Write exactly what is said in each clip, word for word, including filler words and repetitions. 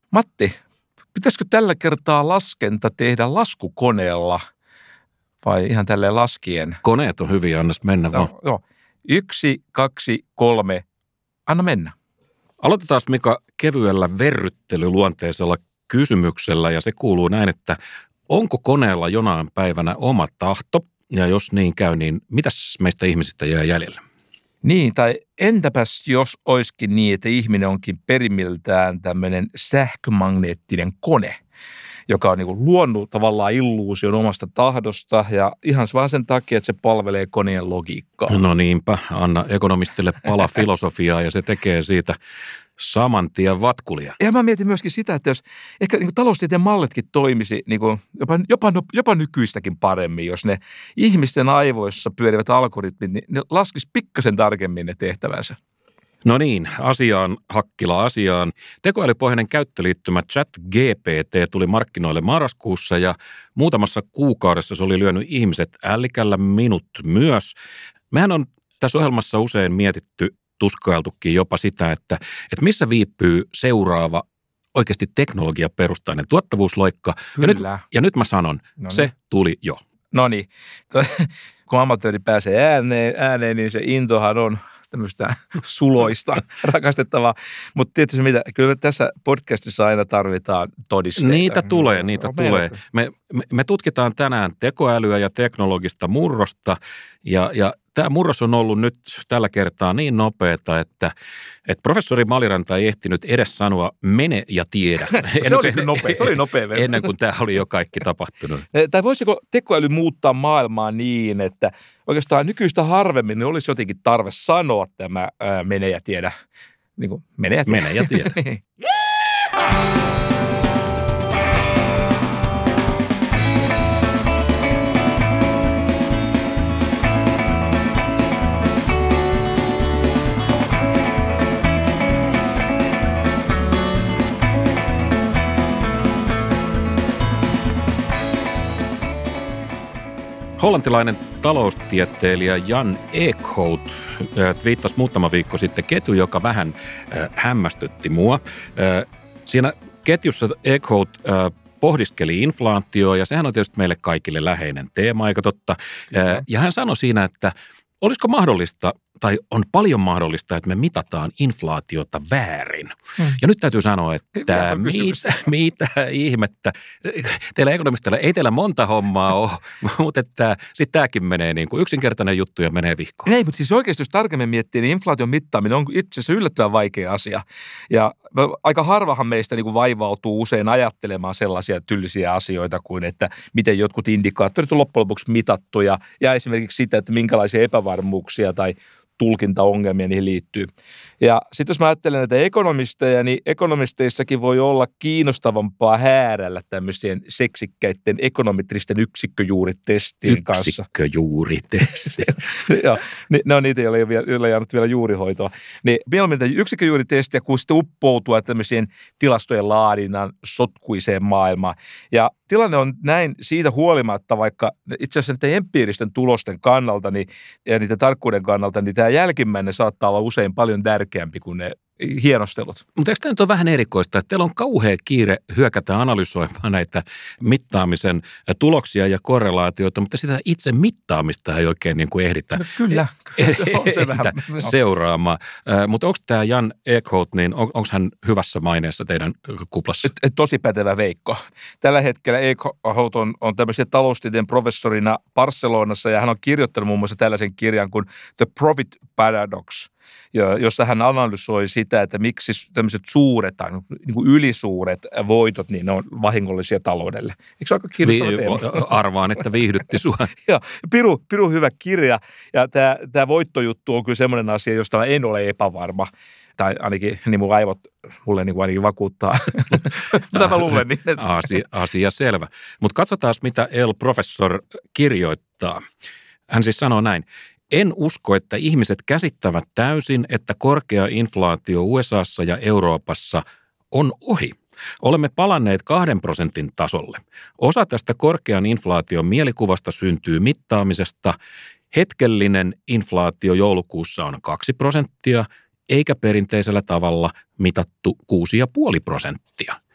Matti, pitäisikö tällä kertaa laskenta tehdä laskukoneella vai ihan tälleen laskien? Koneet on hyviä, annas mennä vaan. No, joo. Yksi, kaksi, kolme. Anna mennä. Aloitetaan, Mika, kevyellä verryttelyluonteisella kysymyksellä, ja se kuuluu näin, että onko koneella jonain päivänä oma tahto, ja jos niin käy, niin mitäs meistä ihmisistä jää jäljelle? Niin, tai entäpäs jos olisikin niin, että ihminen onkin perimmiltään tämmöinen sähkömagneettinen kone, joka on niin kuin luonut tavallaan illuusion omasta tahdosta ja ihan vaan sen takia, että se palvelee koneen logiikkaa. No niinpä, anna ekonomistille pala filosofiaa ja se tekee siitä saman tien vatkulia. Ja mä mietin myöskin sitä, että jos ehkä niin kuin taloustieteen mallitkin toimisi niin kuin jopa, jopa, jopa nykyistäkin paremmin, jos ne ihmisten aivoissa pyörivät algoritmit, niin ne laskisi pikkasen tarkemmin ne tehtävänsä. No niin, asiaan, Hakkila asiaan. Tekoälypohjainen käyttöliittymä ChatGPT tuli markkinoille marraskuussa ja muutamassa kuukaudessa se oli lyönyt ihmiset ällikällä, minut myös. Mehän on tässä ohjelmassa usein mietitty, tuskailtukin jopa sitä, että, että missä viipyy seuraava oikeasti teknologiaperustainen tuottavuusloikka. Ja nyt, ja nyt mä sanon, no se niin. tuli jo. No niin, kun amatööri pääsee ääneen, ääneen, niin se intohan on tämmöistä suloista, rakastettavaa. Mutta tietysti mitä, kyllä tässä podcastissa aina tarvitaan todisteita. Niitä tulee, niitä no, tulee. Me, me, me tutkitaan tänään tekoälyä ja teknologista murrosta, ja, ja tämä murros on ollut nyt tällä kertaa niin nopeata, että, että professori Maliranta ei ehtinyt edes sanoa mene ja tiedä. se, oli nopea, se oli nopea. Ennen kuin tämä oli jo kaikki tapahtunut. Tai voisiko tekoäly muuttaa maailmaa niin, että oikeastaan nykyistä harvemmin niin olisi jotenkin tarve sanoa tämä ää, mene ja tiedä. Niin kuin, mene ja tiedä. Mene ja tiedä. Hollantilainen taloustieteilijä Jan Eekhout twiittasi muutama viikko sitten ketju, joka vähän hämmästytti mua. Siinä ketjussa Eekhout pohdiskeli inflaatioa, ja sehän on tietysti meille kaikille läheinen teema, eikö totta? Kyllä. Ja hän sanoi siinä, että olisiko mahdollista, tai on paljon mahdollista, että me mitataan inflaatiota väärin. Hmm. Ja nyt täytyy sanoa, että mitä, mitä ihmettä. Teillä ekonomistilla ei teillä monta hommaa ole, mutta sitten tämäkin menee niin kuin yksinkertainen juttu ja menee vihkoon. Ei, mutta siis oikeasti jos tarkemmin miettii, niin inflaation mittaaminen on itse asiassa yllättävän vaikea asia. Ja aika harvahan meistä niin kuin vaivautuu usein ajattelemaan sellaisia tyllisiä asioita kuin, että miten jotkut indikaattorit on loppujen lopuksi mitattu ja, ja esimerkiksi sitä, että minkälaisia epävarmuuksia tai tulkintaongelmia niihin liittyy. Ja sitten jos mä ajattelen näitä ekonomisteja, niin ekonomisteissakin voi olla kiinnostavampaa häärällä tämmöisien seksikkäiden ekonometristen yksikköjuuritestien kanssa. Yksikköjuuritestien. Joo, ne on niitä, joilla ei ole jäänyt vielä juurihoitoa. Niin mieluummin yksikköjuuritestiä, kun sitten uppoutua tämmöisien tilastojen laadinnan sotkuiseen maailmaan. Ja tilanne on näin siitä huolimatta, vaikka itse asiassa näiden empiiristen tulosten kannalta niin, ja niiden tarkkuuden kannalta, niin tämä jälkimmäinen saattaa olla usein paljon tärkeämpi kuin ne hienostelut. Mutta eikö tämä nyt ole vähän erikoista, että teillä on kauhea kiire hyökätä analysoimaan näitä mittaamisen tuloksia ja korrelaatioita, mutta sitä itse mittaamista ei oikein niin kuin ehditä, no kyllä, kyllä. On se vähän. seuraamaan. Mutta onko tämä Jan Eekhout, niin on, onko hän hyvässä maineessa teidän kuplassa? Et, et, tosi pätevä veikko. Tällä hetkellä Eekhout on, on tämmöisen taloustieteen professorina Barcelonassa ja hän on kirjoittanut muun muassa tällaisen kirjan kuin The Profit Paradox, jossa hän analysoi sitä, että miksi tämmöiset suuret tai niin kuin ylisuuret voitot, niin ne on vahingollisia taloudelle. Eikö se ole aika kiinnostava Vi- teema? Arvaan, että viihdytti sua. Joo, piru, piru hyvä kirja. Ja tämä, tämä voittojuttu on kyllä semmoinen asia, josta en ole epävarma. Tai ainakin niin mun aivot mulle niin kuin ainakin vakuuttaa. Mitä mä luulen niin? Että... Asia, asia selvä. Mutta katsotaan, mitä El Professor kirjoittaa. Hän siis sanoo näin. En usko, että ihmiset käsittävät täysin, että korkea inflaatio U S A:ssa ja Euroopassa on ohi. Olemme palanneet kahden prosentin tasolle. Osa tästä korkean inflaation mielikuvasta syntyy mittaamisesta. Hetkellinen inflaatio joulukuussa on kaksi prosenttia, eikä perinteisellä tavalla mitattu kuusi pilkku viisi prosenttia.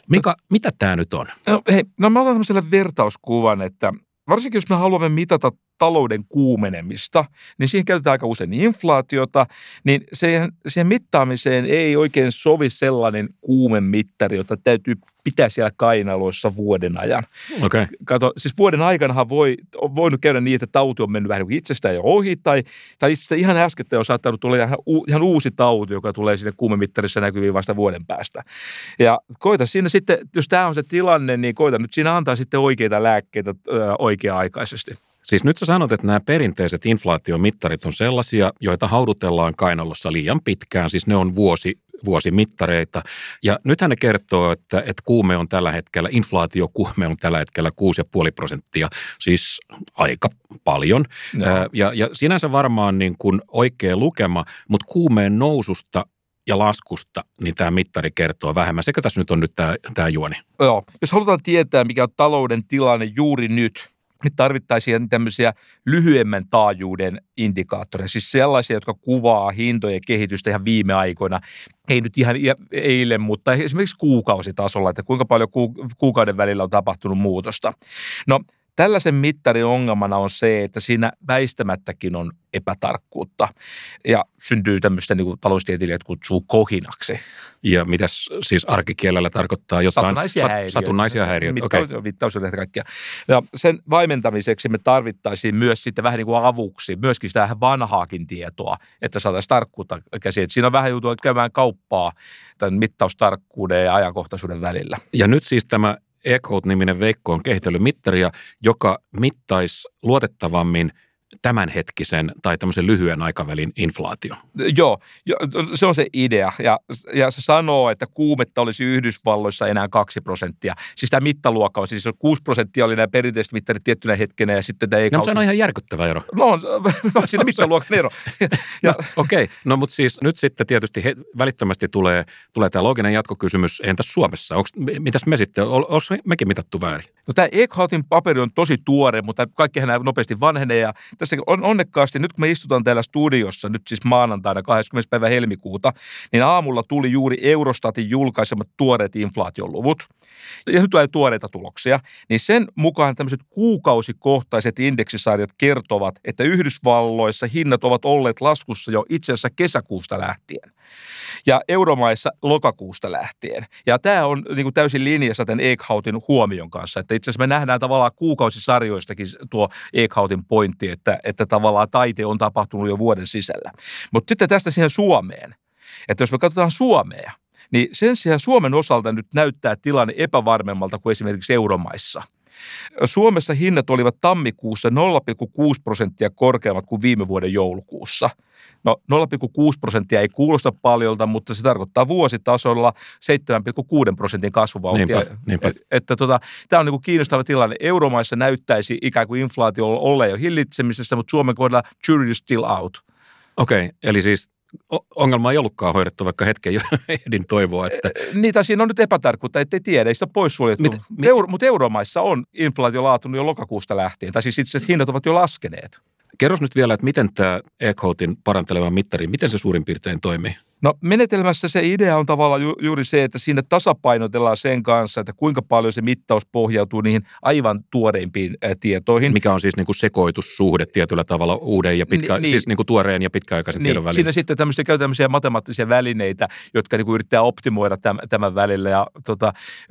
Mika, mitä tämä nyt on? No, hei, no mä otan tämmöiselle vertauskuvan, että varsinkin jos me haluamme mitata talouden kuumenemista, niin siihen käytetään aika usein inflaatiota, niin siihen, siihen mittaamiseen ei oikein sovi sellainen kuumemittari, jota täytyy pitää siellä kainaloissa vuoden ajan. Okay. Kato, siis vuoden aikanahan voi, on voinut käydä niin, että tauti on mennyt vähän itsestään jo ohi, tai, tai itse ihan äskettäin on saattanut tulla ihan, ihan uusi tauti, joka tulee sinne kuumemittarissa näkyviin vasta vuoden päästä. Ja koita siinä sitten, jos tämä on se tilanne, niin koita nyt siinä antaa sitten oikeita lääkkeitä ö, oikea-aikaisesti. Siis nyt sä sanot, että nämä perinteiset inflaatiomittarit on sellaisia, joita haudutellaan kainalossa liian pitkään, siis ne on vuosi, vuosimittareita. Ja nythän ne kertoo, että, että kuume on tällä hetkellä, inflaatiokuume on tällä hetkellä kuusi pilkku viisi prosenttia, siis aika paljon. No. Ja, ja sinänsä varmaan niin kuin oikea lukema, mutta kuumeen noususta ja laskusta, niin tämä mittari kertoo vähemmän. Sekä tässä nyt on nyt tämä, tämä juoni? Joo, jos halutaan tietää, mikä on talouden tilanne juuri nyt, nyt tarvittaisiin tämmöisiä lyhyemmän taajuuden indikaattoreja, siis sellaisia, jotka kuvaa hintojen kehitystä ihan viime aikoina. Ei nyt ihan eilen, mutta esimerkiksi kuukausitasolla, että kuinka paljon kuukauden välillä on tapahtunut muutosta. No, tällaisen mittarin ongelmana on se, että siinä väistämättäkin on epätarkkuutta ja syntyy tämmöistä niin kuin taloustieteilijät kutsuu kohinaksi. Ja mitäs siis arkikielellä tarkoittaa jotain? Satunnaisia sat, häiriöitä. Satunnaisia häiriöitä, okei. Okay. Viittaus ja kaikkea. Ja sen vaimentamiseksi me tarvittaisiin myös sitten vähän niin kuin avuksi, myöskin sitä vähän vanhaakin tietoa, että saataisiin tarkkuutta käsiin. Että siinä on vähän joutua käymään kauppaa tämän mittaustarkkuuden ja ajankohtaisuuden välillä. Ja nyt siis tämä eCode-niminen Veikko on kehitellyt mittaria, joka mittaisi luotettavammin tämänhetkisen tai tämmöisen lyhyen aikavälin inflaatio. Joo, se on se idea. Ja, ja se sanoo, että kuumetta olisi Yhdysvalloissa enää kaksi prosenttia. Siis tämä mittaluokka on, siis kuusi prosenttia oli nämä perinteiset mittarit tiettynä hetkenä ja sitten tämä ei no, se on ihan järkyttävä ero. No on, on siinä mittaluokan ero. No, Okei, okay. No mutta siis nyt sitten tietysti he, välittömästi tulee, tulee tämä looginen jatkokysymys, entäs Suomessa? Onks, mitäs me sitten, onko mekin mitattu väärin? No tämä eCodein paperi on tosi tuore, mutta kaikkihan nämä nopeasti vanhenee ja tässä on onnekkaasti, nyt kun me istutaan täällä studiossa, nyt siis maanantaina kahdeskymmenes päivä helmikuuta, niin aamulla tuli juuri Eurostatin julkaisemat tuoreet inflaatioluvut. Ja nyt tulee tuoreita tuloksia. Niin sen mukaan tämmöiset kuukausikohtaiset indeksisarjat kertovat, että Yhdysvalloissa hinnat ovat olleet laskussa jo itse asiassa kesäkuusta lähtien. Ja euromaissa lokakuusta lähtien. Ja tämä on niin kuin täysin linjassa tämän eCodein huomion kanssa, että itse asiassa me nähdään tavallaan kuukausisarjoistakin tuo eCodein pointti, että, että tavallaan taite on tapahtunut jo vuoden sisällä. Mutta sitten tästä siihen Suomeen, että jos me katsotaan Suomea, niin sen sijaan Suomen osalta nyt näyttää tilanne epävarmemmalta kuin esimerkiksi euromaissa. Suomessa hinnat olivat tammikuussa nolla pilkku kuusi prosenttia korkeammat kuin viime vuoden joulukuussa. No nolla pilkku kuusi prosenttia ei kuulosta paljolta, mutta se tarkoittaa vuositasolla seitsemän pilkku kuusi prosentin kasvuvauhtia. Niinpä, niinpä. Että, että tota, tämä on niin kuin kiinnostava tilanne. Euromaissa näyttäisi ikään kuin inflaatio olleen jo hillitsemisessä, mutta Suomen kohdalla jury is still out. Okei, okay, eli siis ongelma ei ollutkaan hoidettu, vaikka hetken jo ehdin toivoa, että... Niitä siinä on nyt epätarkkuutta, ettei tiedä, ei sitä poissuljettu. Mit, mit... Euro, mutta euromaissa on inflaatio laatunut jo lokakuusta lähtien, tai siis itse asiassa hinnat ovat jo laskeneet. Kerros nyt vielä, että miten tämä eCodein paranteleva mittari, miten se suurin piirtein toimii? No menetelmässä se idea on tavallaan ju- juuri se, että siinä tasapainotellaan sen kanssa, että kuinka paljon se mittaus pohjautuu niihin aivan tuoreimpiin ä, tietoihin. Mikä on siis niin kuin sekoitussuhde tietyllä tavalla uuden ja pitkä, Ni, siis niin kuin tuoreen ja pitkäaikaisen niin, tiedon välillä. Siinä sitten tämmöisiä, käytetään tämmöisiä matemaattisia välineitä, jotka niin kuin yrittää optimoida tämän, tämän välillä. Ja tota,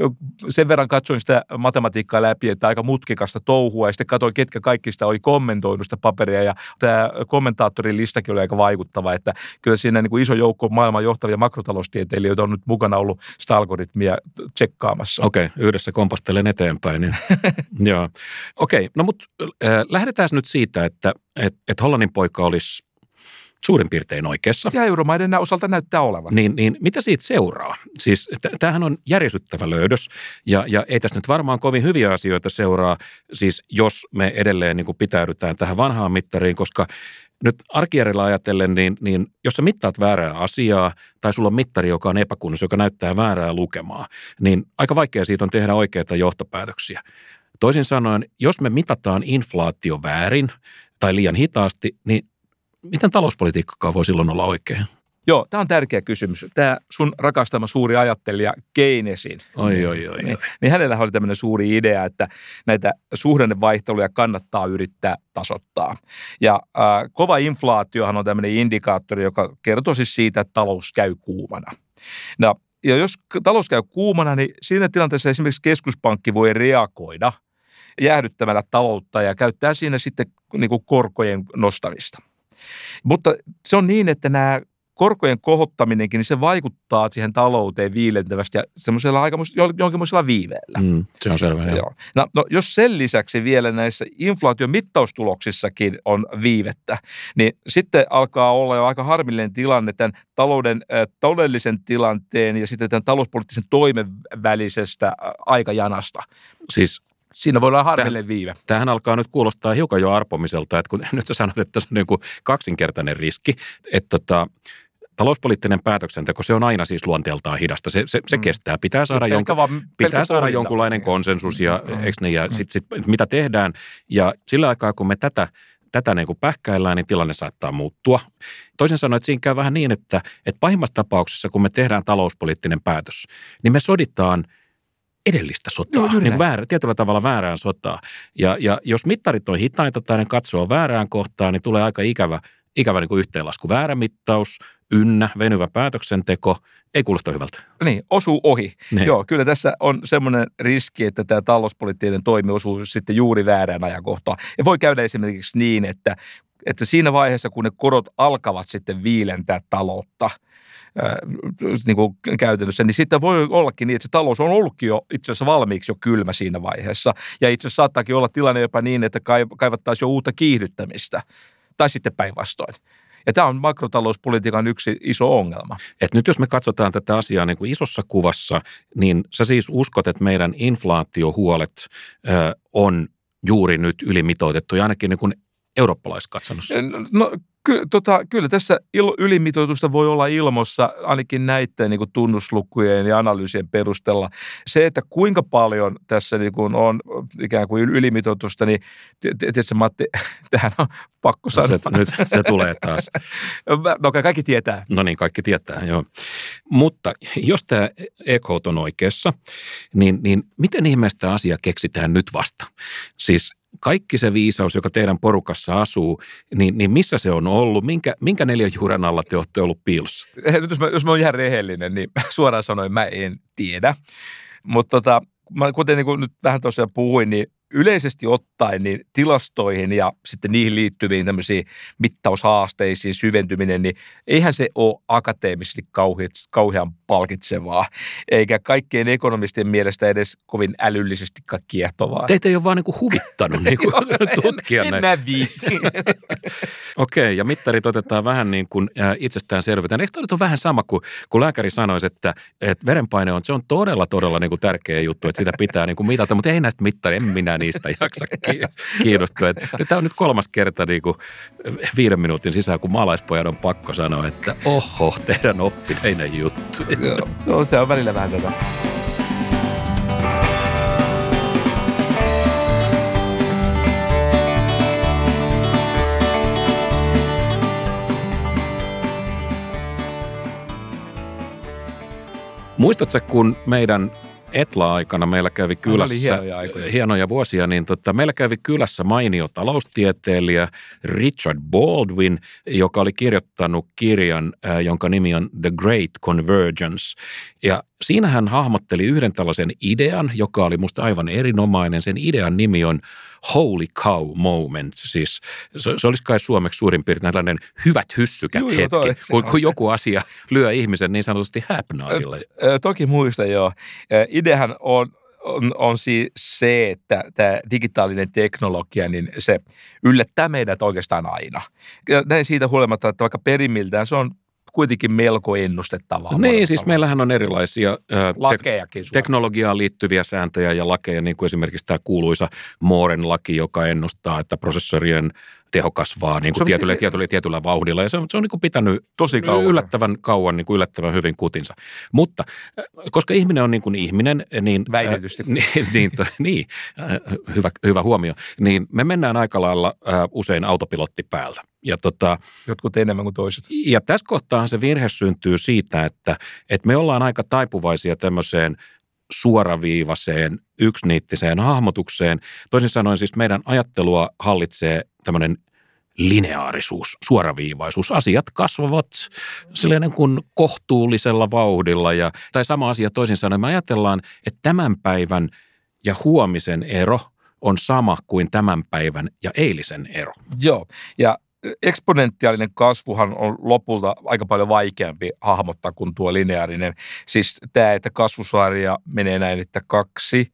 sen verran katsoin sitä matematiikkaa läpi, että aika mutkikasta touhua ja sitten katsoin, ketkä kaikki sitä oli kommentoinut sitä paperia ja tämä kommentaattorin listakin oli aika vaikuttava, että kyllä siinä niin kuin iso joukko maailman johtavia makrotaloustieteilijöitä on nyt mukana ollut sitä algoritmia tsekkaamassa. Okei, okay, yhdessä kompastelen eteenpäin. Niin. Joo. Okei, okay, no mutta äh, lähdetään nyt siitä, että et, et Hollannin poika olisi suurin piirtein oikeassa. Ja euromaiden osalta näyttää olevan. Niin, niin mitä siitä seuraa? Siis t- tämähän on järisyttävä löydös ja, ja ei tässä nyt varmaan kovin hyviä asioita seuraa, siis jos me edelleen niin kuin pitäydytään tähän vanhaan mittariin, koska nyt arkijärjellä ajatellen, niin, niin jos sä mittaat väärää asiaa tai sulla on mittari, joka on epäkunnossa, joka näyttää väärää lukemaa, niin aika vaikea siitä on tehdä oikeita johtopäätöksiä. Toisin sanoen, jos me mitataan inflaatio väärin tai liian hitaasti, niin miten talouspolitiikkakaan voi silloin olla oikein? Joo, tämä on tärkeä kysymys. Tämä sun rakastama suuri ajattelija Keynesin, oi, oi, oi, niin, niin hänellä oli tämmöinen suuri idea, että näitä suhdannevaihteluja kannattaa yrittää tasoittaa. Ja äh, kova inflaatiohan on tämmöinen indikaattori, joka kertoo siis siitä, että talous käy kuumana. No, ja jos talous käy kuumana, niin siinä tilanteessa esimerkiksi keskuspankki voi reagoida jäähdyttämällä taloutta ja käyttää siinä sitten niin kuin korkojen nostamista. Mutta se on niin, että nämä korkojen kohottaminenkin, niin se vaikuttaa siihen talouteen viilentävästi ja semmoisella aika jonkinlaisella viiveellä. Mm, se on selvä, joo. Joo. No, no jos sen lisäksi vielä näissä inflaation mittaustuloksissakin on viivettä, niin sitten alkaa olla jo aika harmillinen tilanne tämän talouden äh, todellisen tilanteen ja sitten tämän talouspoliittisen toimen välisestä äh, aikajanasta. Siis siinä voi olla harmillinen viive. Tämähän alkaa nyt kuulostaa hiukan jo arpomiselta, että kun nyt sä sanot, että se on niin kuin kaksinkertainen riski, että tota, talouspoliittinen päätöksenteko, se on aina siis luonteeltaan hidasta. Se, se, se mm. kestää. Pitää saada, jonku, pitää saada jonkunlainen konsensus ja, mm. eikö ne, ja mm. sit, sit, mitä tehdään. Ja sillä aikaa, kun me tätä, tätä niin kuin pähkäillään, niin tilanne saattaa muuttua. Toisin sanoen, että siinä käy vähän niin, että, että pahimmassa tapauksessa, kun me tehdään talouspoliittinen päätös, niin me soditaan edellistä sotaa, no, niin väärä, tietyllä tavalla väärään sotaa. Ja, ja jos mittarit on hitaita tai ne katsoo väärään kohtaan, niin tulee aika ikävä, ikävä niin kuin yhteenlasku. Väärä mittaus, ynnä, venyvä päätöksenteko, ei kuulosta hyvältä. Niin, osuu ohi. Ne. Joo, kyllä tässä on semmoinen riski, että tämä talouspoliittinen toimi osuu sitten juuri väärään ajankohtaan. Ja voi käydä esimerkiksi niin, että, että siinä vaiheessa, kun ne korot alkavat sitten viilentää taloutta, niin kuin käytännössä, niin sitten voi ollakin niin, että se talous on ollutkin jo itse asiassa valmiiksi jo kylmä siinä vaiheessa. Ja itse asiassa saattaakin olla tilanne jopa niin, että kaivattaisiin jo uutta kiihdyttämistä. Tai sitten päinvastoin. Ja tämä on makrotalouspolitiikan yksi iso ongelma. Et nyt jos me katsotaan tätä asiaa niin kuin isossa kuvassa, niin sä siis uskot, että meidän inflaatiohuolet ö, on juuri nyt ylimitoitettu, ja ainakin niin kuin eurooppalaiskatsannossa. No ky, tota, kyllä tässä il, ylimitoitusta voi olla ilmossa ainakin näiden niin kuin tunnuslukujen ja analyysien perusteella. Se, että kuinka paljon tässä niin kuin on ikään kuin ylimitoitusta, niin tietysti Matti, tähän on pakko sanoa. Se, nyt se tulee taas. No kaikki tietää. No niin, kaikki tietää, joo. Mutta jos tämä Eckhout on oikeassa, niin, niin miten ihmeestä asia keksitään nyt vasta? Siis kaikki se viisaus, joka teidän porukassa asuu, niin, niin missä se on ollut? Minkä, minkä neljän juuren alla te olette ollut piilossa? Nyt jos mä, jos mä oon ihan rehellinen, niin suoraan sanoen mä en tiedä. Mutta tota, kuten niin kuin nyt vähän tosiaan puhuin, niin yleisesti ottaen niin tilastoihin ja sitten niihin liittyviin tämmöisiin mittaushaasteisiin syventyminen, niin eihän se ole akateemisesti kauhean, kauhean palkitsevaa, eikä kaikkien ekonomistien mielestä edes kovin älyllisesti kiehtovaa. Teitä ei ole vaan niin kuin huvittanut niin kuin tutkia en, näin. En mä viitin. Okei, okay, ja mittarit otetaan vähän niin kuin äh, itsestään selvitään. Eikö toi nyt ole vähän sama kuin kun lääkäri sanoisi, että, että verenpaine on, se on todella, todella niin kuin tärkeä juttu, että sitä pitää niin kuin mitata, mutta ei näistä mittaria, en minä niistä jaksa kiinnostua. Nyt tämä on nyt kolmas kerta niin kuin viiden minuutin sisään, kun maalaispojan on pakko sanoa, että oho, teidän oppineinen juttu. Joo, no, se on välillä vähän tätä. Muistatko, kun meidän Etla-aikana meillä kävi kylässä, hienoja, hienoja vuosia, niin tota, meillä kävi kylässä mainio taloustieteilijä Richard Baldwin, joka oli kirjoittanut kirjan, äh, jonka nimi on The Great Convergence. Ja siinä hän hahmotteli yhden tällaisen idean, joka oli musta aivan erinomainen. Sen idean nimi on Holy Cow Moment, siis se, se olisi kai suomeksi suurin piirtein tällainen hyvät hyssykät Juu, hetki, toi, kun, kun joku asia lyö ihmisen niin sanotusti häpnaadille. Toki muista joo. Ideahan on, on, on siis se, että tämä digitaalinen teknologia, niin se yllättää meidät oikeastaan aina. Ja näin siitä huolimatta, että vaikka perimmiltään se on kuitenkin melko ennustettavaa. Niin, siis meillähän on erilaisia lakejakin te- teknologiaan liittyviä sääntöjä ja lakeja, niin kuin esimerkiksi tämä kuuluisa Mooren laki, joka ennustaa, että prosessorien teho kasvaa niin kuin tietyllä, tietyllä, tietyllä vauhdilla. Ja se on, se on niin kuin pitänyt tosi kauan. yllättävän kauan, niin kuin yllättävän hyvin kutinsa. Mutta koska ihminen on niin kuin ihminen, niin... Väitetysti. Äh, niin, niin, to, niin äh, hyvä, hyvä huomio. Niin me mennään aika lailla äh, usein autopilotti päältä. Ja tota, jotkut enemmän kuin toiset. Ja tässä kohtaa se virhe syntyy siitä, että, että me ollaan aika taipuvaisia tämmöiseen suoraviivaiseen, yksiniittiseen hahmotukseen. Toisin sanoen siis meidän ajattelua hallitsee tämmöinen lineaarisuus, suoraviivaisuus. Asiat kasvavat sellainen kuin kohtuullisella vauhdilla. Ja, tai sama asia toisin sanoen, me ajatellaan, että tämän päivän ja huomisen ero on sama kuin tämän päivän ja eilisen ero. Joo, ja eksponentiaalinen kasvuhan on lopulta aika paljon vaikeampi hahmottaa kuin tuo lineaarinen. Siis tämä, että kasvusarja menee näin, että kaksi,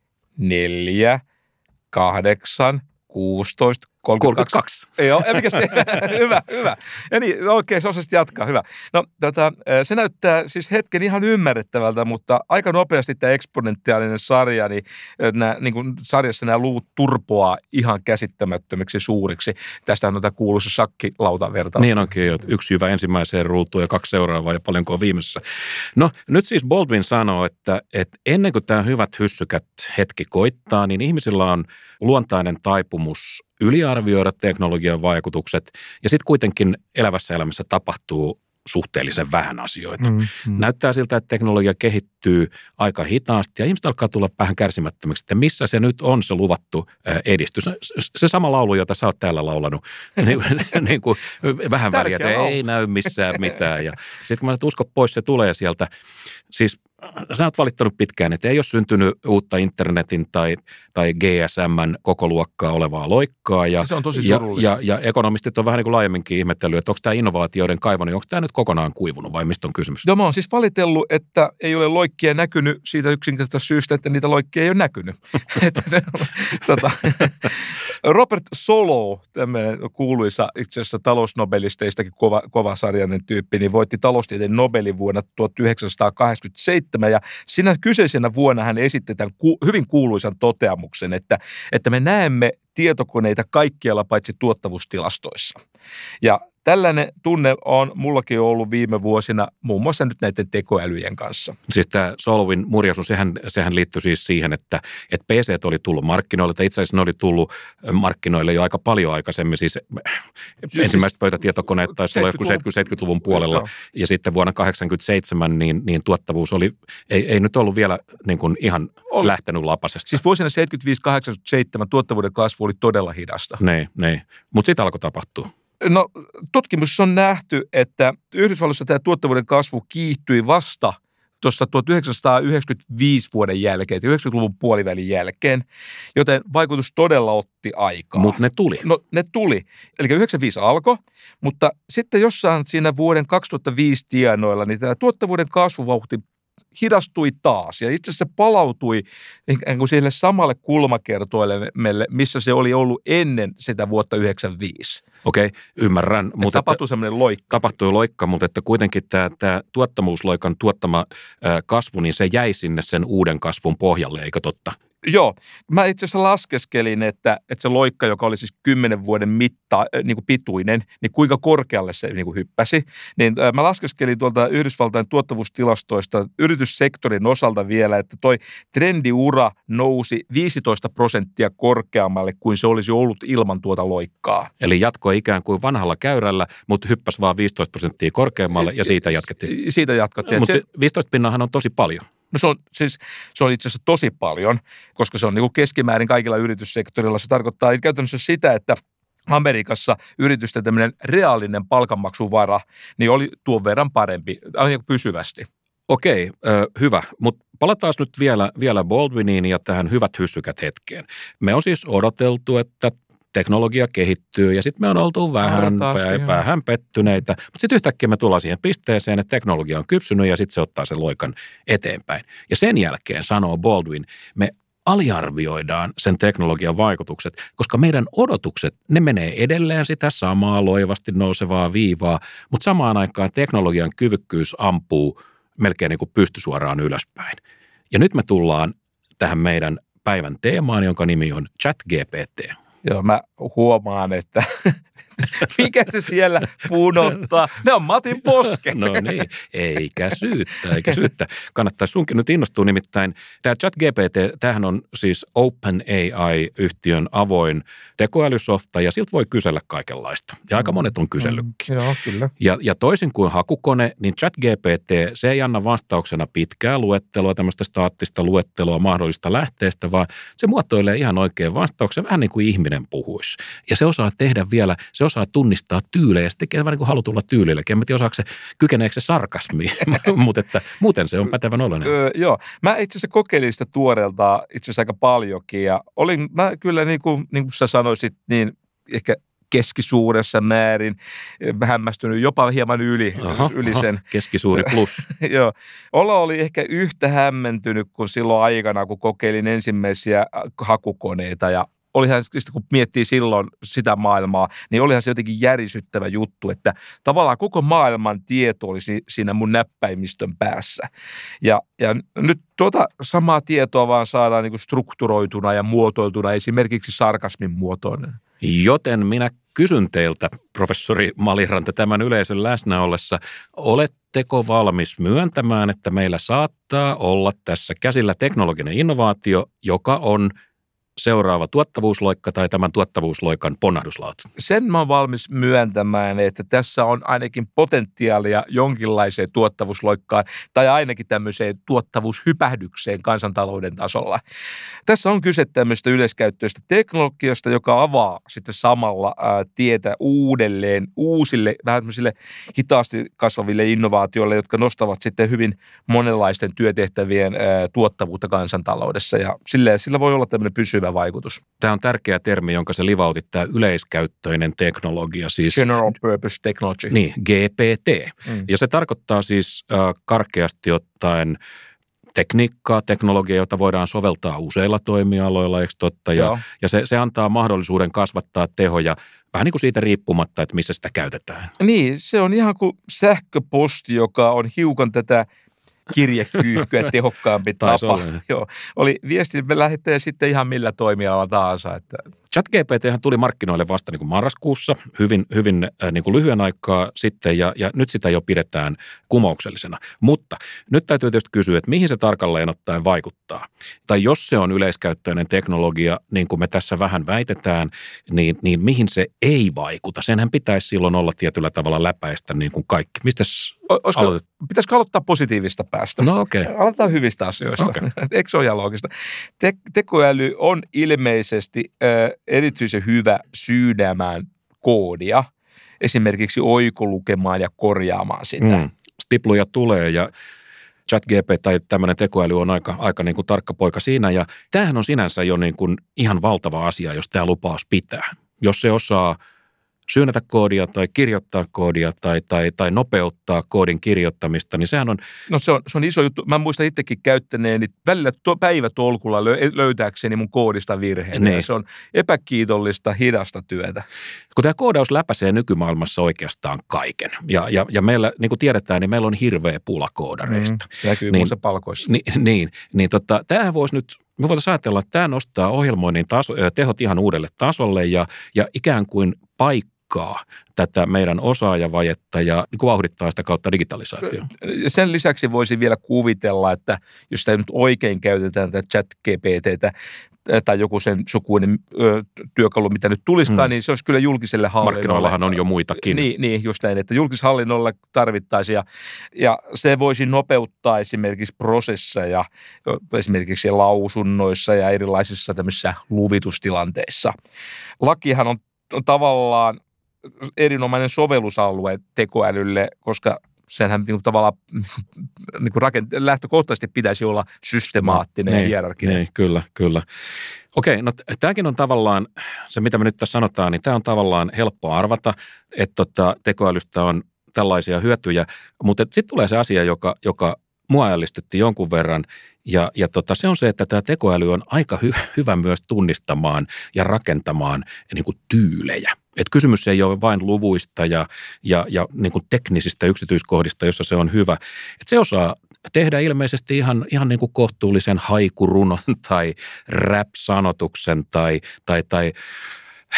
neljä, kahdeksan, kuusitoista, kolmekymmentäkaksi. Joo, ja mikä se? hyvä, hyvä. Ja niin, okei, se osasti jatkaa, hyvä. No, tota, se näyttää siis hetken ihan ymmärrettävältä, mutta aika nopeasti tämä eksponentiaalinen sarja, niin, nää, niin kuin sarjassa nämä luvut turpoaa ihan käsittämättömiksi suuriksi. Tästähän on tämä kuuluisa shakkilautavertaus. Niin onkin, jo. Yksi jyvä ensimmäiseen ruutuun ja kaksi seuraavaa ja paljonko on viimeisessä. No, nyt siis Baldwin sanoo, että, että ennen kuin tämä hyvät hyssykät hetki koittaa, niin ihmisillä on luontainen taipumus yliarvioida teknologian vaikutukset, ja sitten kuitenkin elävässä elämässä tapahtuu suhteellisen vähän asioita. Mm, mm. Näyttää siltä, että teknologia kehittyy aika hitaasti, ja ihmiset alkaa tulla vähän kärsimättömiksi, että missä se nyt on se luvattu edistys. Se sama laulu, jota sä oot täällä laulanut, niin, niin kuin vähän väliä, että ei näy missään mitään. Ja sitten kun mä sanoin, usko pois, se tulee sieltä. Siis sä oot valittanut pitkään, että ei ole syntynyt uutta internetin tai, tai G S M:n koko luokkaa olevaa loikkaa. Ja, se on tosi ja, surullista. ja, ja ekonomistit on vähän niin kuin laajemminkin ihmetellyt, että onko tämä innovaatioiden kaivannut, onko tämä nyt kokonaan kuivunut vai mistä on kysymys? Joo, mä oon siis valitellut, että ei ole loikkia näkynyt siitä yksinkertaisesta syystä, että niitä loikkia ei ole näkynyt. se, tota, Robert Solow, tämmöinen kuuluisa itse asiassa talousnobelisteistakin kova, kovasarjainen tyyppi, niin voitti taloustieteen Nobelin vuonna tuhatyhdeksänsataakahdeksankymmentäseitsemän, ja siinä kyseisenä vuonna hän esitti tämän ku, hyvin kuuluisan toteamuksen, että, että me näemme tietokoneita kaikkialla paitsi tuottavuustilastoissa. Ja tällainen tunne on mullakin ollut viime vuosina muun muassa nyt näiden tekoälyjen kanssa. Siis tämä Solowin murjaus, sehän, sehän liittyi siis siihen, että, että P C oli tullut markkinoille, että itse asiassa ne oli tullut markkinoille jo aika paljon aikaisemmin, siis, siis ensimmäiset pöytätietokoneet taisi olla joskus seitsemänkymmentäluvun puolella, no. Ja sitten vuonna kahdeksankymmentäseitsemän niin, niin tuottavuus oli, ei, ei nyt ollut vielä niin kuin ihan oli. lähtenyt lapasesta. Siis vuosina seitsemänkymmentäviisi kahdeksankymmentäseitsemän tuottavuuden kasvu oli todella hidasta. Niin, niin. Mutta siitä alkoi tapahtua. No tutkimuksessa on nähty, että Yhdysvalloissa tämä tuottavuuden kasvu kiihtyi vasta tuossa tuhatyhdeksänsataayhdeksänkymmentäviisi vuoden jälkeen, yhdeksänkymmentäluvun puolivälin jälkeen, joten vaikutus todella otti aikaa. Mutta ne tuli. No ne tuli. Eli yhdeksänkymmentäviisi alkoi, mutta sitten jossain siinä vuoden kaksituhattaviisi tienoilla, niin tämä tuottavuuden kasvuvauhti hidastui taas ja itse asiassa palautui ikään kuin sille samalle kulmakertoimelle, missä se oli ollut ennen sitä vuotta yhdeksänkymmentäviisi. Okei, ymmärrän. Mutta tapahtui semmoinen loikka. Tapahtui loikka, mutta että kuitenkin tämä, tämä tuottavuusloikan tuottama ää, kasvu, niin se jäi sinne sen uuden kasvun pohjalle, eikö totta? Joo. Mä itse asiassa laskeskelin, että, että se loikka, joka oli siis kymmenen vuoden mitta, niin kuin pituinen, niin kuinka korkealle se niin kuin hyppäsi. Niin mä laskeskelin tuolta Yhdysvaltain tuottavuustilastoista yrityssektorin osalta vielä, että toi trendiura nousi viisitoista prosenttia korkeammalle kuin se olisi ollut ilman tuota loikkaa. Eli jatkoi ikään kuin vanhalla käyrällä, mutta hyppäsi vaan viisitoista prosenttia korkeammalle ja siitä jatkettiin. Siitä jatkettiin. Mutta se viisitoista pinnahan on tosi paljon. No se on, siis, se on itse asiassa tosi paljon, koska se on niin kuin keskimäärin kaikilla yrityssektorilla. Se tarkoittaa käytännössä sitä, että Amerikassa yritysten tämmöinen reaalinen palkanmaksuvara niin oli tuon verran parempi, aina pysyvästi. Okei, ö, hyvä, mutta palataan nyt vielä, vielä Baldwiniin ja tähän hyvät hyssykät hetkeen. Me on siis odoteltu, että teknologia kehittyy ja sitten me on oltu vähän, pä, vähän pettyneitä, mutta sitten yhtäkkiä me tullaan siihen pisteeseen, että teknologia on kypsynyt ja sitten se ottaa sen loikan eteenpäin. Ja sen jälkeen sanoo Baldwin, me aliarvioidaan sen teknologian vaikutukset, koska meidän odotukset, ne menee edelleen sitä samaa loivasti nousevaa viivaa, mutta samaan aikaan teknologian kyvykkyys ampuu melkein niin kuin pystysuoraan ylöspäin. Ja nyt me tullaan tähän meidän päivän teemaan, jonka nimi on ChatGPT. Joo, mä huomaan, että Mikä se siellä punottaa? Ne on Matin posket. No niin, eikä syyttä, eikä syyttä. Kannattaisi sunkin nyt innostua, nimittäin tämä ChatGPT, tämähän on siis OpenAI-yhtiön avoin tekoälysofta, ja siltä voi kysellä kaikenlaista. Ja aika monet on kysellytkin. Mm, joo, kyllä. Ja, ja toisin kuin hakukone, niin ChatGPT, se ei anna vastauksena pitkää luettelua, tämmöistä staattista luettelua mahdollista lähteestä, vaan se muotoilee ihan oikein vastauksen, vähän niin kuin ihminen puhuisi. Ja se osaa tehdä vielä, se osaa tunnistaa tyylejä, se tekee vähän niin kuin halutulla tyylilläkin. En mä tiedä, osaako se, kykeneekö se sarkasmiin, mutta että muuten se on pätevän oloinen. Öö, joo, mä itse asiassa kokeilin sitä tuoreelta itse asiassa aika paljonkin, ja olin mä kyllä niin kuin, niin kuin sä sanoisit, niin ehkä keskisuuressa määrin hämmästynyt, jopa hieman yli, aha, yli sen. Aha, keskisuuri plus. Joo. Olo oli ehkä yhtä hämmentynyt kuin silloin aikana, kun kokeilin ensimmäisiä hakukoneita, ja olihan, kun miettii silloin sitä maailmaa, niin olihan se jotenkin järisyttävä juttu, että tavallaan koko maailman tieto olisi siinä mun näppäimistön päässä. Ja, ja nyt tuota samaa tietoa vaan saadaan niin kuin strukturoituna ja muotoiltuna, esimerkiksi sarkasmin muotoinen. Joten minä kysyn teiltä, professori Maliranta, tämän yleisön läsnä ollessa, oletteko valmis myöntämään, että meillä saattaa olla tässä käsillä teknologinen innovaatio, joka on seuraava tuottavuusloikka tai tämän tuottavuusloikan ponnahduslauta? Sen mä oon valmis myöntämään, että tässä on ainakin potentiaalia jonkinlaiseen tuottavuusloikkaan tai ainakin tämmöiseen tuottavuushypähdykseen kansantalouden tasolla. Tässä on kyse tämmöistä yleiskäyttöistä teknologiasta, joka avaa sitten samalla ää, tietä uudelleen uusille, vähän tämmöisille hitaasti kasvaville innovaatioille, jotka nostavat sitten hyvin monenlaisten työtehtävien ää, tuottavuutta kansantaloudessa, ja sillä, sillä voi olla tämmöinen pysyvä vaikutus. Tämä on tärkeä termi, jonka se livautit, tämä yleiskäyttöinen teknologia. Siis, General Purpose Technology. Niin, G P T. Mm. Ja se tarkoittaa siis äh, karkeasti ottaen tekniikkaa, teknologiaa, jota voidaan soveltaa useilla toimialoilla, eikö totta? Ja, ja se, se antaa mahdollisuuden kasvattaa tehoja vähän niin kuin siitä riippumatta, että missä sitä käytetään. Niin, se on ihan kuin sähköposti, joka on hiukan tätä kirjekyyhkyä tehokkaampi tapa. Joo, oli viestin lähettäjä sitten ihan millä toimialalla tahansa. Että ChatGPT tuli markkinoille vasta niin kuin marraskuussa, hyvin, hyvin äh, niin kuin lyhyen aikaa sitten, ja, ja nyt sitä jo pidetään kumouksellisena. Mutta nyt täytyy tietysti kysyä, että mihin se tarkalleen ottaen vaikuttaa. Tai jos se on yleiskäyttöinen teknologia, niin kuin me tässä vähän väitetään, niin, niin mihin se ei vaikuta? Senhän pitäisi silloin olla tietyllä tavalla läpäistä niin kuin kaikki. Mistäs Olisiko, aloitet? Pitäisikö aloittaa positiivista päästä? No okei. Okay. Aloitetaan hyvistä asioista. Okay. Eikö se ole ihan loogista? Te- tekoäly on ilmeisesti äh, erityisen hyvä syynäämään koodia, esimerkiksi oikolukemaan ja korjaamaan sitä. Mm. Stipluja tulee ja ChatGPT tai tämmöinen tekoäly on aika, aika niin kuin tarkka poika siinä, ja tämähän on sinänsä jo niin kuin ihan valtava asia, jos tämä lupaus pitää. Jos se osaa syynätä koodia tai kirjoittaa koodia tai, tai, tai nopeuttaa koodin kirjoittamista, niin sehän on... No se on, se on iso juttu. Mä muistan itsekin käyttäneeni välillä to, päivätolkulla löytääkseni mun koodista virheen. Niin. Se on epäkiitollista, hidasta työtä. Kun tämä koodaus läpäisee nykymaailmassa oikeastaan kaiken. Ja, ja, ja meillä, niin kuin tiedetään, niin meillä on hirveä pula koodareista. Mm, näkyy niin, muissa palkoissa. Niin, niin, niin tota, tämähän voisi nyt... Me voitaisiin ajatella, että tämä nostaa ohjelmoinnin taso, tehot ihan uudelle tasolle ja, ja ikään kuin paikkaa tätä meidän osaajavajetta ja niin vauhdittaa sitä kautta digitalisaatioon. Sen lisäksi voisi vielä kuvitella, että jos sitä nyt oikein käytetään tätä ChatGPTtä tai joku sen sukuinen ö, työkalu, mitä nyt tulisikaan, hmm. niin se olisi kyllä julkiselle hallinnolle. Markkinoillahan on jo muitakin. Niin, niin just näin, että julkishallinnolle tarvittaisiin ja, ja se voisi nopeuttaa esimerkiksi prosesseja, esimerkiksi lausunnoissa ja erilaisissa tämmöisissä luvitustilanteissa. Lakihan on, on tavallaan erinomainen sovellusalue tekoälylle, koska senhän niin kuin tavallaan niin kuin rakent- lähtökohtaisesti pitäisi olla systemaattinen no, ja hierarkinen. Niin, kyllä, kyllä. Okei, no tämäkin on tavallaan, se mitä me nyt tässä sanotaan, niin tämä on tavallaan helppo arvata, että tota, tekoälystä on tällaisia hyötyjä, mutta sitten tulee se asia, joka, joka mua ällistytti jonkun verran, ja, ja tota, se on se, että tämä tekoäly on aika hy- hyvä myös tunnistamaan ja rakentamaan niin kuin tyylejä. Et kysymys ei ole vain luvuista ja, ja, ja niin kuin teknisistä yksityiskohdista, jossa se on hyvä. Et se osaa tehdä ilmeisesti ihan, ihan niin kuin kohtuullisen haikurunon tai rap-sanotuksen tai, tai, tai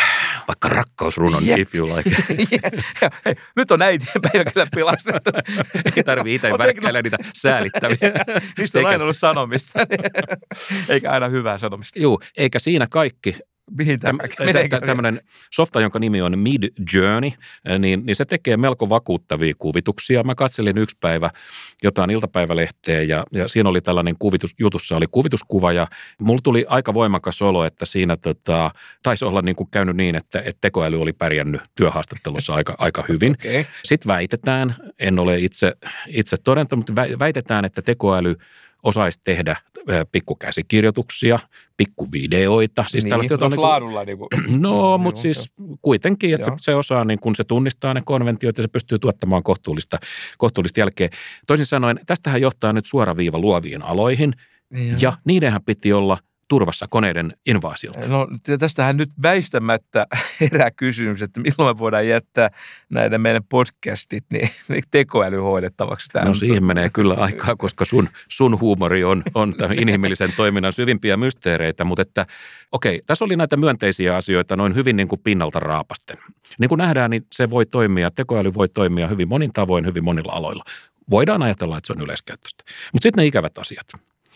Vaikka rakkausrunon, yep. If you like. yeah. Hei, nyt on äitien päivä kyllä pilastettu. Ei tarvitse itse värkkäillä niitä säälittäviä. Niistä on aina ollut sanomista. Eikä aina hyvää sanomista. Joo, eikä siinä kaikki. Mihin tämä? Tämmöinen softa, jonka nimi on Mid Journey, niin, niin se tekee melko vakuuttavia kuvituksia. Mä katselin yksi päivä jotain iltapäivälehteä ja, ja siinä oli tällainen kuvitus, jutussa oli kuvituskuva ja mulla tuli aika voimakas olo, että siinä tota, taisi olla niin kuin käynyt niin, että, että tekoäly oli pärjännyt työhaastattelussa aika, aika hyvin. Okay. Sitten väitetään, en ole itse, itse todentanut, mutta väitetään, että tekoäly osaisi tehdä pikkukäsikirjoituksia, pikkuvideoita. Siis niin, mutta onko laadulla? Niin kuin, no, mutta siis kuitenkin, että se, se osaa, niin kun se tunnistaa ne konventiot ja se pystyy tuottamaan kohtuullista, kohtuullista jälkeen. Toisin sanoen, tästähän johtaa nyt suora viiva luoviin aloihin ja, ja niidenhän piti olla turvassa koneiden invaasiolta. No tästähän nyt väistämättä herää kysymys, että milloin me voidaan jättää näiden meidän podcastit niin, niin tekoäly hoidettavaksi. Tämä no siihen menee kyllä aikaa, koska sun, sun huumori on, on inhimillisen toiminnan syvimpiä mysteereitä, mutta että okei, tässä oli näitä myönteisiä asioita noin hyvin niin kuin pinnalta raapasten. Niin kuin nähdään, niin se voi toimia, tekoäly voi toimia hyvin monin tavoin, hyvin monilla aloilla. Voidaan ajatella, että se on yleiskäyttöistä. Mutta sitten ne ikävät asiat.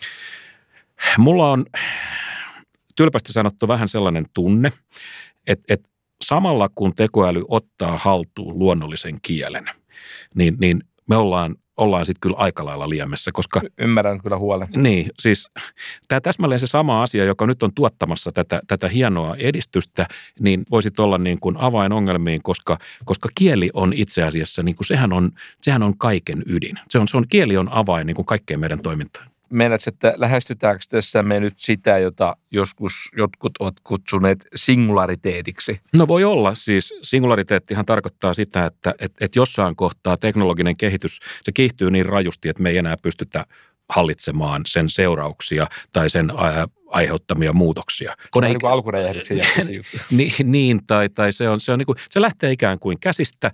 Mulla on tylpästi sanottu vähän sellainen tunne, että, että samalla kun tekoäly ottaa haltuun luonnollisen kielen, niin, niin me ollaan, ollaan sitten kyllä aika lailla liemessä, koska... Ymmärrän kyllä huolen. Niin, siis tämä täsmälleen se sama asia, joka nyt on tuottamassa tätä, tätä hienoa edistystä, niin voisi olla niin kuin avainongelmiin, koska, koska kieli on itse asiassa, niin kuin sehän, on, sehän on kaiken ydin. Se on, se on, kieli on avain niin kuin kaikkeen meidän toimintaan. Meinaatko, että lähestytäänkö tässä me nyt sitä, jota joskus jotkut ovat kutsuneet singulariteetiksi? No voi olla. Siis singulariteettihan tarkoittaa sitä, että, että, että jossain kohtaa teknologinen kehitys, se kiihtyy niin rajusti, että me ei enää pystytä hallitsemaan sen seurauksia tai sen ää, aiheuttamia muutoksia. Kone... Se on niin kuin alkuräjähdyksen jälkeen juttu. niin, niin, tai, tai se, on, se, on niin kuin, se lähtee ikään kuin käsistä,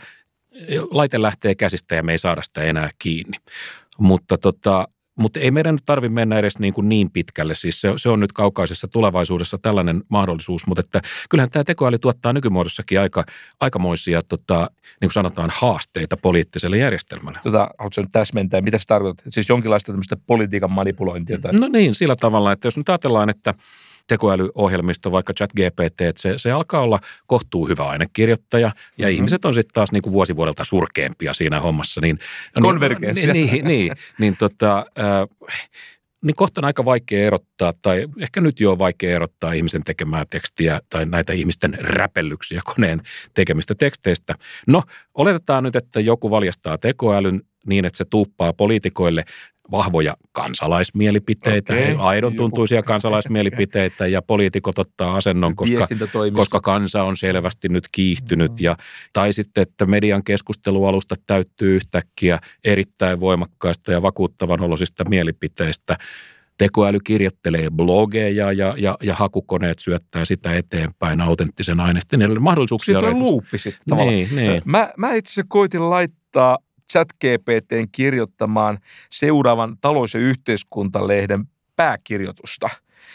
laite lähtee käsistä ja me ei saada sitä enää kiinni. Mutta tota... Mutta ei meidän nyt tarvitse mennä edes niin, kuin niin pitkälle, siis se, se on nyt kaukaisessa tulevaisuudessa tällainen mahdollisuus, mutta että kyllähän tämä tekoäly tuottaa nykymuodossakin aika, aikamoisia, tota, niin kuin sanotaan, haasteita poliittiselle järjestelmälle. Tota, haluatko nyt täsmentää, mitä se tarkoittaa? Siis jonkinlaista tämmöistä politiikan manipulointia? Tai... No niin, sillä tavalla, että jos nyt ajatellaan, että tekoälyohjelmisto, vaikka ChatGPT, että se, se alkaa olla kohtuu hyvä ainekirjoittaja, ja mm-hmm. ihmiset on sitten taas niin kuin vuosi vuodelta surkeampia siinä hommassa. Niin, Konvergenssia. Niin, niin, niin, niin, tota, äh, niin kohta on aika vaikea erottaa, tai ehkä nyt jo on vaikea erottaa ihmisen tekemää tekstiä tai näitä ihmisten räpellyksiä koneen tekemistä teksteistä. No, oletetaan nyt, että joku valjastaa tekoälyn niin, että se tuuppaa poliitikoille vahvoja kansalaismielipiteitä, okay. aidon tuntuisia kansalaismielipiteitä ja poliitikot ottaa asennon, koska, koska kansa on selvästi nyt kiihtynyt. Mm-hmm. Ja, tai sitten, että median keskustelualusta täyttyy yhtäkkiä erittäin voimakkaista ja vakuuttavan olosista mielipiteistä. Tekoäly kirjoittelee blogeja ja, ja, ja hakukoneet syöttää sitä eteenpäin autenttisen aineiston. Eli mahdollisuuksia... Siitä on luuppi sitten tavallaan. Niin, niin. Mä, mä itse asiassa koitin laittaa ChatGPT:n kirjoittamaan seuraavan talous- ja yhteiskuntalehden pääkirjoitusta.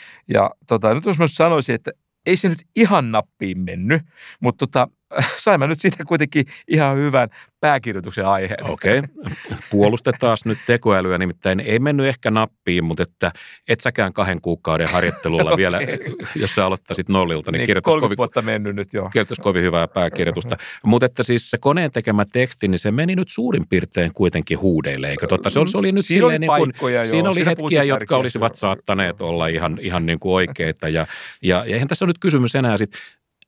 Ja tota, nyt jos mä sanoisin, että ei se nyt ihan nappiin mennyt, mutta tota, sain mä nyt siitä kuitenkin ihan hyvän pääkirjoituksen aiheen. Okei, okay. Puolustetaan nyt tekoälyä, nimittäin ei mennyt ehkä nappiin, mutta että et säkään kahden kuukauden harjoittelulla okay. vielä, jos sä aloittaisit nollilta, niin, niin kirjoittaisi kovin, vuotta mennyt nyt jo. Kirjoittaisi kovin hyvää pääkirjoitusta. Mutta että siis se koneen tekemä teksti, niin se meni nyt suurin piirtein kuitenkin huudeille, eikö totta? Se oli, se oli nyt siinä silleen oli niin kuin, joo, siinä oli hetkiä, jotka olisivat saattaneet olla ihan, ihan niin kuin oikeita ja, ja, ja eihän tässä ole nyt kysymys enää sitten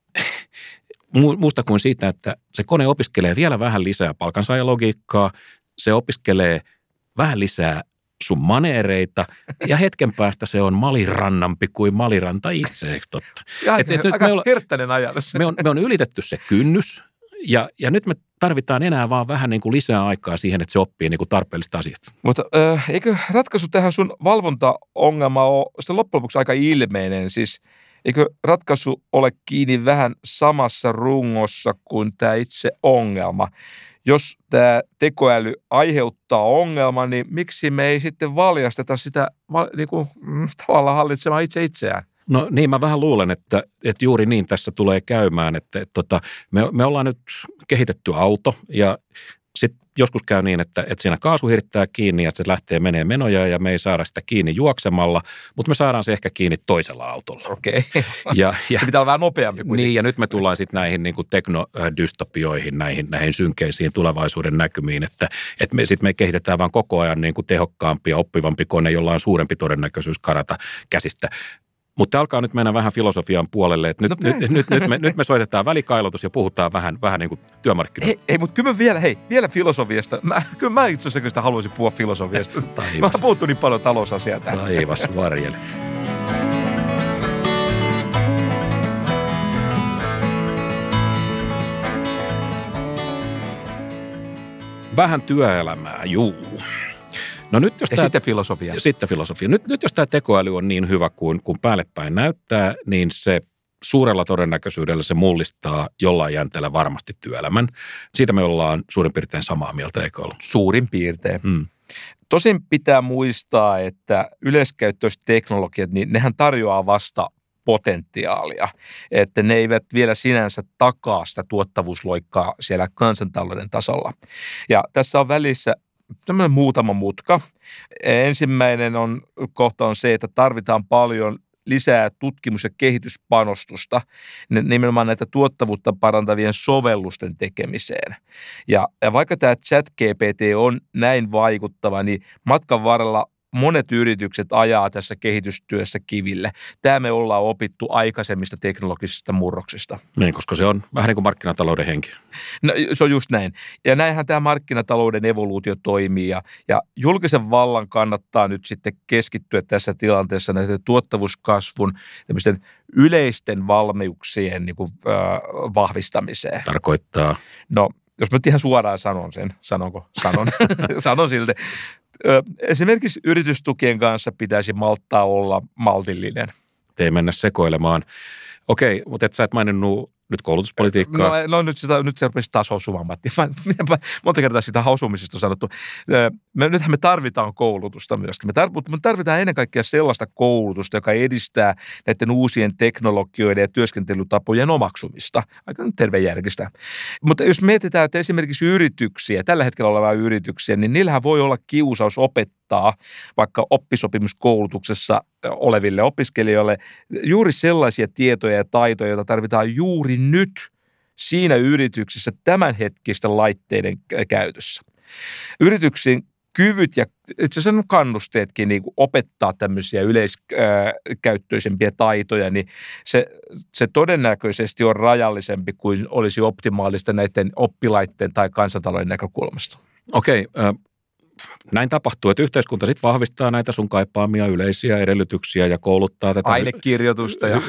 muusta kuin siitä, että se kone opiskelee vielä vähän lisää palkansaajalogiikkaa, se opiskelee vähän lisää sun maneereita ja hetken päästä se on malirannampi kuin maliranta itse, eikö totta? Ja, et, et, aika me herttäinen ajatus. Me on, me on ylitetty se kynnys ja, ja nyt me tarvitaan enää vaan vähän niin kuin lisää aikaa siihen, että se oppii niin kuin tarpeelliset asiat. Mutta äh, eikö ratkaisu tähän sun valvontaongelmaan ole sitten loppujen lopuksi aika ilmeinen, siis eikö ratkaisu ole kiinni vähän samassa rungossa kuin tämä itse ongelma? Jos tämä tekoäly aiheuttaa ongelman, niin miksi me ei sitten valjasteta sitä niin kuin, tavallaan hallitsemaan itse itseään? No niin, mä vähän luulen, että, että juuri niin tässä tulee käymään, että, että, että me, me ollaan nyt kehitetty auto ja sitten joskus käy niin, että, että siinä kaasu hirttää kiinni ja se lähtee menee menoja ja me ei saada sitä kiinni juoksemalla, mutta me saadaan se ehkä kiinni toisella autolla. Okei. Okay. Ja, ja, se pitää olla vähän nopeampi kuitenkin. Niin, ja nyt me tullaan sitten näihin niin kuin teknodystopioihin, näihin, näihin synkeisiin tulevaisuuden näkymiin, että, että me sitten me kehitetään vaan koko ajan niin kuin tehokkaampi ja oppivampi kone, jolla on suurempi todennäköisyys karata käsistä. Mutta alkaa nyt mennä vähän filosofian puolelle, että nyt, no, nyt, nyt, nyt, me, nyt me soitetaan välikailotus ja puhutaan vähän, vähän niin kuin työmarkkinoista. Hei, hei mutta kyllä vielä, hei, vielä filosofiasta. Mä, kyllä mä itse asiassa sitä haluaisin puhua filosofiasta. Taivas. Mä oon puhuttu niin paljon talousasiaa täällä. Taivas varjelet. Vähän työelämää, juu. No nyt, jos ja tämä, sitten filosofia. Sitten filosofia. Nyt, nyt jos tämä tekoäly on niin hyvä kuin, kuin päälle päin näyttää, niin se suurella todennäköisyydellä se mullistaa jollain jänteellä varmasti työelämän. Siitä me ollaan suurin piirtein samaa mieltä, eikö ole? Suurin piirtein. Mm. Tosin pitää muistaa, että yleiskäyttöiset teknologiat, niin nehän tarjoaa vasta potentiaalia, että ne eivät vielä sinänsä takaa sitä tuottavuusloikkaa siellä kansantalouden tasolla. Ja tässä on välissä tämmöinen muutama mutka. Ensimmäinen on, kohta on se, että tarvitaan paljon lisää tutkimus- ja kehityspanostusta nimenomaan näitä tuottavuutta parantavien sovellusten tekemiseen. Ja, ja vaikka tämä ChatGPT on näin vaikuttava, niin matkan varrella monet yritykset ajaa tässä kehitystyössä kiville. Tämä me ollaan opittu aikaisemmista teknologisista murroksista. Niin, koska se on vähän niin kuin markkinatalouden henki. No, se on just näin. Ja näinhän tämä markkinatalouden evoluutio toimii. Ja, ja julkisen vallan kannattaa nyt sitten keskittyä tässä tilanteessa näiden tuottavuuskasvun tämmöisten yleisten valmiuksien niin kuin, äh, vahvistamiseen. Tarkoittaa? No, jos mä nyt ihan suoraan sanon sen, sanonko? Sanon, sanon silti. Esimerkiksi yritystukien kanssa pitäisi malttaa olla maltillinen. Ei mennä sekoilemaan. Okei, mutta et sä et maininnut nyt koulutuspolitiikkaa. No, no nyt, sitä, nyt se rupesi taas hosumaan, Matti. Monta kertaa sitä hosumisesta on sanottu. Me, nythän me tarvitaan koulutusta myöskin. Me, tar, mutta me tarvitaan ennen kaikkea sellaista koulutusta, joka edistää näiden uusien teknologioiden ja työskentelytapojen omaksumista. Aika tervejärkistä. Mutta jos mietitään, että esimerkiksi yrityksiä, tällä hetkellä olevia yrityksiä, niin niillähän voi olla kiusaus opettaa vaikka oppisopimuskoulutuksessa oleville opiskelijoille juuri sellaisia tietoja ja taitoja, joita tarvitaan juuri nyt siinä yrityksessä tämänhetkisten laitteiden käytössä. Yrityksen kyvyt ja itse asiassa kannusteetkin niin kuin opettaa tämmöisiä yleiskäyttöisempiä taitoja, niin se, se todennäköisesti on rajallisempi kuin olisi optimaalista näiden oppilaiden tai kansantalouden näkökulmasta. Okei, äh. Näin tapahtuu, että yhteiskunta sitten vahvistaa näitä sun kaipaamia yleisiä edellytyksiä ja kouluttaa tätä ainekirjoitusta ja,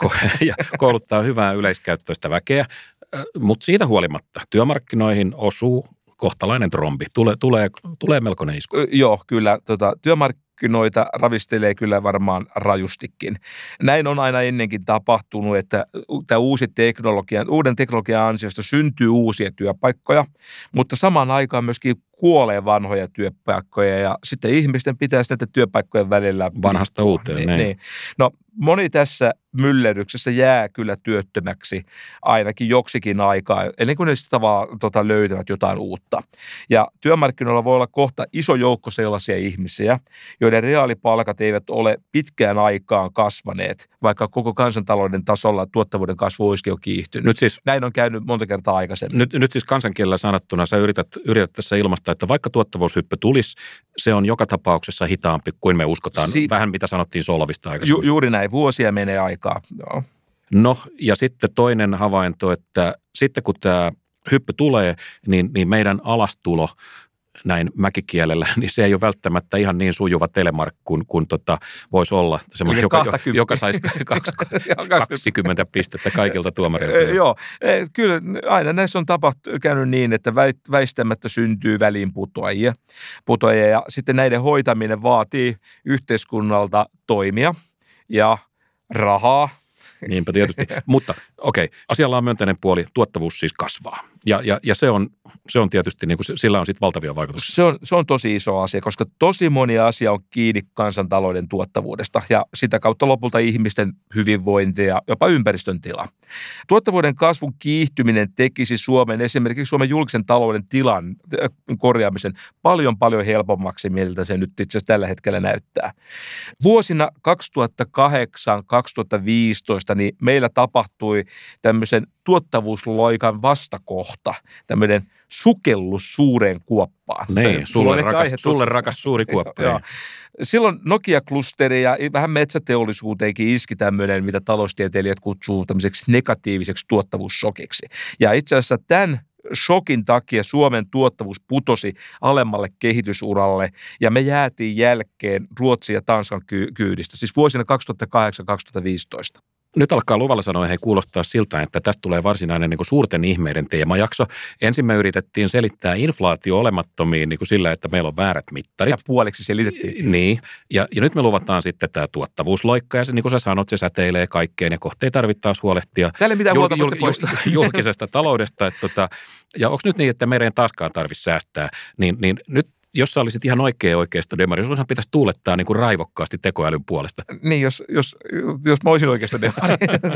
ja kouluttaa hyvää yleiskäyttöistä väkeä, mutta siitä huolimatta työmarkkinoihin osuu kohtalainen trombi. Tule, tulee, tulee melkoinen isku. Joo, kyllä. Tota, työmarkkinoita ravistelee kyllä varmaan rajustikin. Näin on aina ennenkin tapahtunut, että tämä uusi teknologia, uuden teknologian ansiosta syntyy uusia työpaikkoja, mutta samaan aikaan myöskin kuolee vanhoja työpaikkoja ja sitten ihmisten pitäisi näitä työpaikkojen välillä vanhasta uuteen. Niin, niin. No moni tässä myllerryksessä jää kyllä työttömäksi ainakin joksikin aikaa, ennen kuin ne sitten tota, löytävät jotain uutta. Ja työmarkkinoilla voi olla kohta iso joukko sellaisia ihmisiä, joiden reaalipalkat eivät ole pitkään aikaan kasvaneet, vaikka koko kansantalouden tasolla tuottavuuden kasvu olisikin jo kiihtynyt. Nyt siis, näin on käynyt monta kertaa aikaisemmin. Nyt, nyt siis kansankielellä sanottuna sä yrität, yrität tässä ilmaista, että vaikka tuottavuushyppy tulisi, se on joka tapauksessa hitaampi kuin me uskotaan. Si- Vähän mitä sanottiin Solovista aikaisemmin. Ju- juuri näin. Vuosia menee aikaa. Joo. No ja sitten toinen havainto, että sitten kun tämä hyppy tulee, niin, niin meidän alastulo näin mäkikielellä, niin se ei ole välttämättä ihan niin sujuva telemark kuin, kuin tota, voisi olla. Semmoinen, joka, joka saisi kaksikymmentä pistettä kaikilta tuomareilta. Joo, kyllä aina näissä on tapahtunut, käynyt niin, että väistämättä syntyy väliinputoajia. Putoajia, ja sitten näiden hoitaminen vaatii yhteiskunnalta toimia ja rahaa. Niinpä tietysti. Mutta okei, okay, asialla on myönteinen puoli. Tuottavuus siis kasvaa. Ja, ja, ja se, on, se on tietysti, niin kuin, sillä on sitten valtavia vaikutuksia. Se on, se on tosi iso asia, koska tosi moni asia on kiinni kansantalouden tuottavuudesta ja sitä kautta lopulta ihmisten hyvinvointi ja jopa ympäristön tila. Tuottavuuden kasvun kiihtyminen tekisi Suomen, esimerkiksi Suomen julkisen talouden tilan korjaamisen paljon paljon helpommaksi, miltä se nyt itse asiassa tällä hetkellä näyttää. Vuosina kaksituhattakahdeksan kaksituhattaviisitoista niin meillä tapahtui tämmöisen tuottavuusloikan vastakohta, tämmöinen sukellus suureen kuoppaan. Niin, sulle rakas, sulle rakas suuri kuoppa. Joo. Silloin Nokia-klusteri ja vähän metsäteollisuuteenkin iski tämmöinen, mitä taloustieteilijät kutsuu tämmöiseksi negatiiviseksi tuottavuussokiksi. Ja itse asiassa tämän shokin takia Suomen tuottavuus putosi alemmalle kehitysuralle ja me jäätiin jälkeen Ruotsin ja Tanskan kyydistä, siis vuosina kaksituhattakahdeksan kaksituhattaviisitoista. Nyt alkaa luvalla sanoa, hei kuulostaa siltä, että tästä tulee varsinainen niin kuin suurten ihmeiden teemajakso. Ensin me yritettiin selittää inflaatio olemattomiin niin kuin sillä, että meillä on väärät mittarit. Ja puoliksi selitettiin. Niin, ja, ja nyt me luvataan sitten tämä tuottavuusloikka, ja se, niin kuin sä sanot, se säteilee kaikkeen, ja kohta ei tarvitse taas huolehtia Täällä mitään huolta jul, jul, jul, julkisesta taloudesta. Että, tota, ja onko nyt niin, että meidän ei taaskaan tarvitse säästää, niin, niin nyt jos sä olisit ihan oikea oikeisto demari, sinunhan pitäisi tuulettaa niin kuin raivokkaasti tekoälyn puolesta. Niin, jos, jos, jos mä olisin oikeisto demari.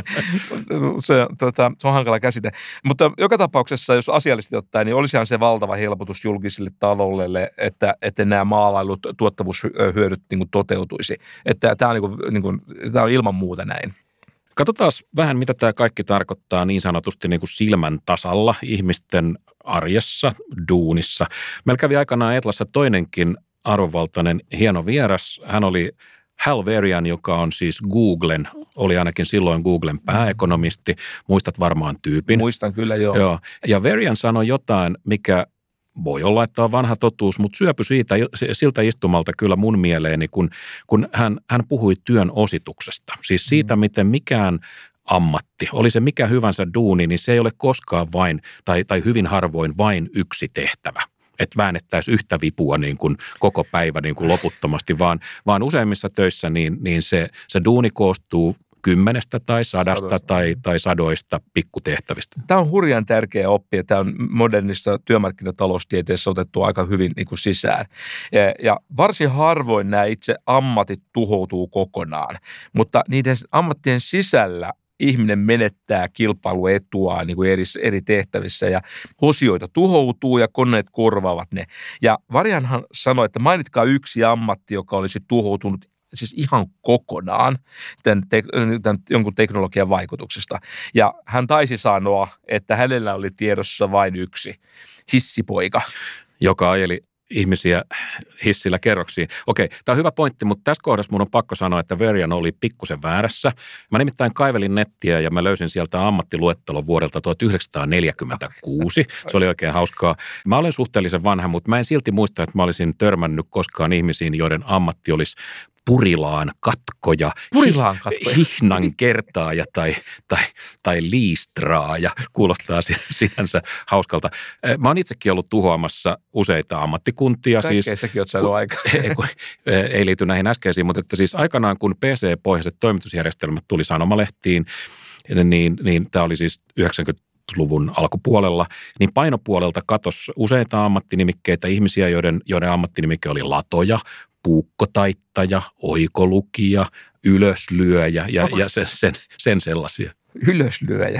se, tota, se on hankala käsite. Mutta joka tapauksessa, jos asiallisesti ottaen, niin olisihan se valtava helpotus julkiselle taloudelle, että, että nämä maalailut tuottavuushyödyt niin kuin toteutuisi. Että tämä on, niin kuin, niin kuin, tämä on ilman muuta näin. Katsotaan vähän, mitä tämä kaikki tarkoittaa niin sanotusti niin kuin silmän tasalla ihmisten arjessa, duunissa. Meillä kävi aikanaan Etlassa toinenkin arvovaltainen hieno vieras. Hän oli Hal Varian, joka on siis Googlen, oli ainakin silloin Googlen pääekonomisti. Muistat varmaan tyypin. Muistan kyllä, joo. joo. Ja Varian sanoi jotain, mikä voi olla, että on vanha totuus, mutta syöpy siitä, siltä istumalta kyllä mun mieleeni, kun, kun hän, hän puhui työn osituksesta. Siis siitä, miten mikään ammatti, oli se mikä hyvänsä duuni, niin se ei ole koskaan vain, tai, tai hyvin harvoin vain yksi tehtävä. Että väännettäisiin yhtä vipua niin kuin koko päivä niin kuin loputtomasti, vaan, vaan useimmissa töissä niin, niin se, se duuni koostuu kymmenestä tai sadasta Sadoista. tai, tai sadoista pikkutehtävistä. Tämä on hurjan tärkeä oppi ja tämä on modernissa työmarkkinataloustieteessä otettu aika hyvin niin kuin sisään. Ja, ja varsin harvoin nämä itse ammatit tuhoutuu kokonaan, mutta niiden ammattien sisällä ihminen menettää kilpailuetua niin kuin eri, eri tehtävissä ja osioita tuhoutuu ja koneet korvaavat ne. Ja Varianhan sanoi, että mainitkaa yksi ammatti, joka olisi tuhoutunut siis ihan kokonaan tämän, te, tämän jonkun teknologian vaikutuksesta. Ja hän taisi sanoa, että hänellä oli tiedossa vain yksi, hissipoika. Joka ajeli ihmisiä hissillä kerroksiin. Okei, tämä on hyvä pointti, mutta tässä kohdassa mun on pakko sanoa, että Varian oli pikkusen väärässä. Mä nimittäin kaivelin nettiä ja mä löysin sieltä ammattiluettelon vuodelta tuhatyhdeksänsataaneljäkymmentäkuusi. Se oli oikein hauskaa. Mä olen suhteellisen vanha, mutta mä en silti muista, että mä olisin törmännyt koskaan ihmisiin, joiden ammatti olisi Purilaan katkoja, Purilaan katkoja. hihnan kertaaja tai, tai, tai liistraaja. Kuulostaa sinänsä hauskalta. Mä oon itsekin ollut tuhoamassa useita ammattikuntia. Kaikkea siis, sekin oot saanut aikaa. Ei, ei liity näihin äskeisiin, mutta että siis aikanaan kun P C-pohjaiset toimitusjärjestelmät tuli sanomalehtiin, niin, niin tämä oli siis yhdeksänkymmentäluvun alkupuolella, niin painopuolelta katosi useita ammattinimikkeitä, ihmisiä, joiden, joiden ammattinimike oli latoja, puukkotaittaja, oikolukija, ylöslyöjä ja, ja sen, sen, sen sellaisia. Ylöslyöjä,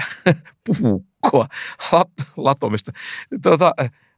puukkoa, lat, latomista. Tuota,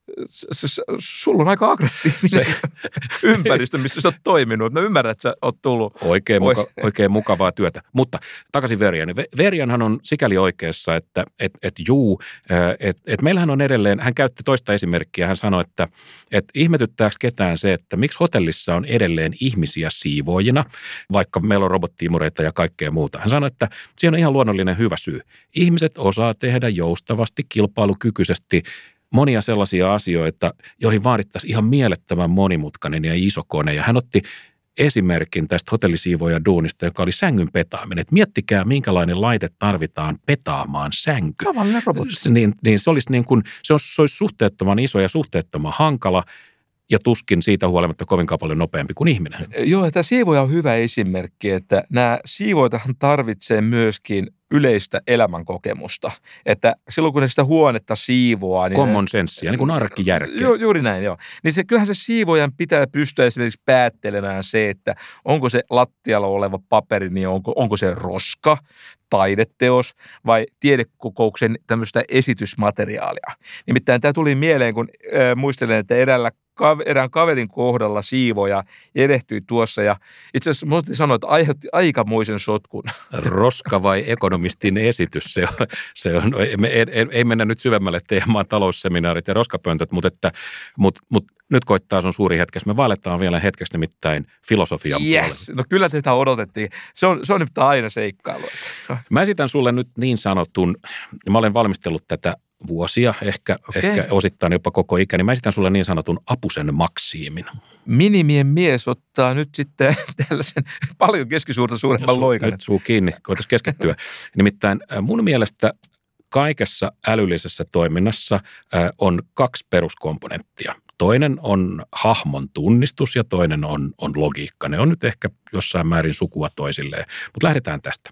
sulla on aika aggressiivinen se ympäristö, missä sä oot toiminut. Mä ymmärrän, että sä oot tullut. Oikein, muka, oikein mukavaa työtä. Mutta takaisin Varian. Varianhan on sikäli oikeassa, että et, et juu, että et meillähän on edelleen, hän käytti toista esimerkkiä, hän sanoi, että et ihmetyttääkö ketään se, että miksi hotellissa on edelleen ihmisiä siivoojina, vaikka meillä on robottiimureita ja kaikkea muuta. Hän sanoi, että siinä on ihan luonnollinen hyvä syy. Ihmiset osaa tehdä joustavasti, kilpailukykyisesti monia sellaisia asioita, joihin vaadittaisiin ihan mielettömän monimutkainen ja iso kone. Ja hän otti esimerkin tästä hotellisiivoja duunista, joka oli sängyn petaaminen. Et miettikää, minkälainen laite tarvitaan petaamaan sänky. Tavallinen robotti. Niin, niin se olisi niin kuin, se olisi, se olisi suhteettoman iso ja suhteettoman hankala. ja tuskin siitä huolimatta kovinkaan paljon nopeampi kuin ihminen. Joo, tämä siivoja on hyvä esimerkki, että nämä siivoitahan tarvitsee myöskin yleistä elämänkokemusta. Että silloin kun ne sitä huonetta siivoaa... Niin common senssia, niin kuin arkijärkeä. Ju, juuri näin, joo. Niin se, kyllähän se siivojan pitää pystyä esimerkiksi päättelemään se, että onko se lattialla oleva paperi, niin onko, onko se roska, taideteos vai tiedekokouksen tämmöistä esitysmateriaalia. Nimittäin tämä tuli mieleen, kun äh, muistelen, että eräällä erään kaverin kohdalla siivoja erehtyi tuossa ja itse asiassa minun sanoa, että aiheutti aikamoisen sotkun. Roska vai ekonomistin esitys, se on, se on ei, ei, ei mennä nyt syvemmälle teemaan talousseminaarit ja roskapöntöt, mutta, että, mutta, mutta nyt koittaa sun suuri hetkessä. Me vaaletaan vielä hetkeksi nimittäin filosofian yes. puolelle. No kyllä tätä odotettiin. Se on, se on nyt aina seikkailu. Mä esitän sulle nyt niin sanotun, mä olen valmistellut tätä vuosia, ehkä, okay. ehkä osittain jopa koko ikäni. Mä esitän sulle niin sanotun Apusen maksiimin. Minimien mies ottaa nyt sitten tällaisen paljon keskisuurta suuremman su, loikan. Nyt suu kiinni, koitaisiin keskittyä. Nimittäin mun mielestä kaikessa älyllisessä toiminnassa on kaksi peruskomponenttia. Toinen on hahmon tunnistus ja toinen on, on logiikka. Ne on nyt ehkä jossain määrin sukua toisilleen, mutta lähdetään tästä.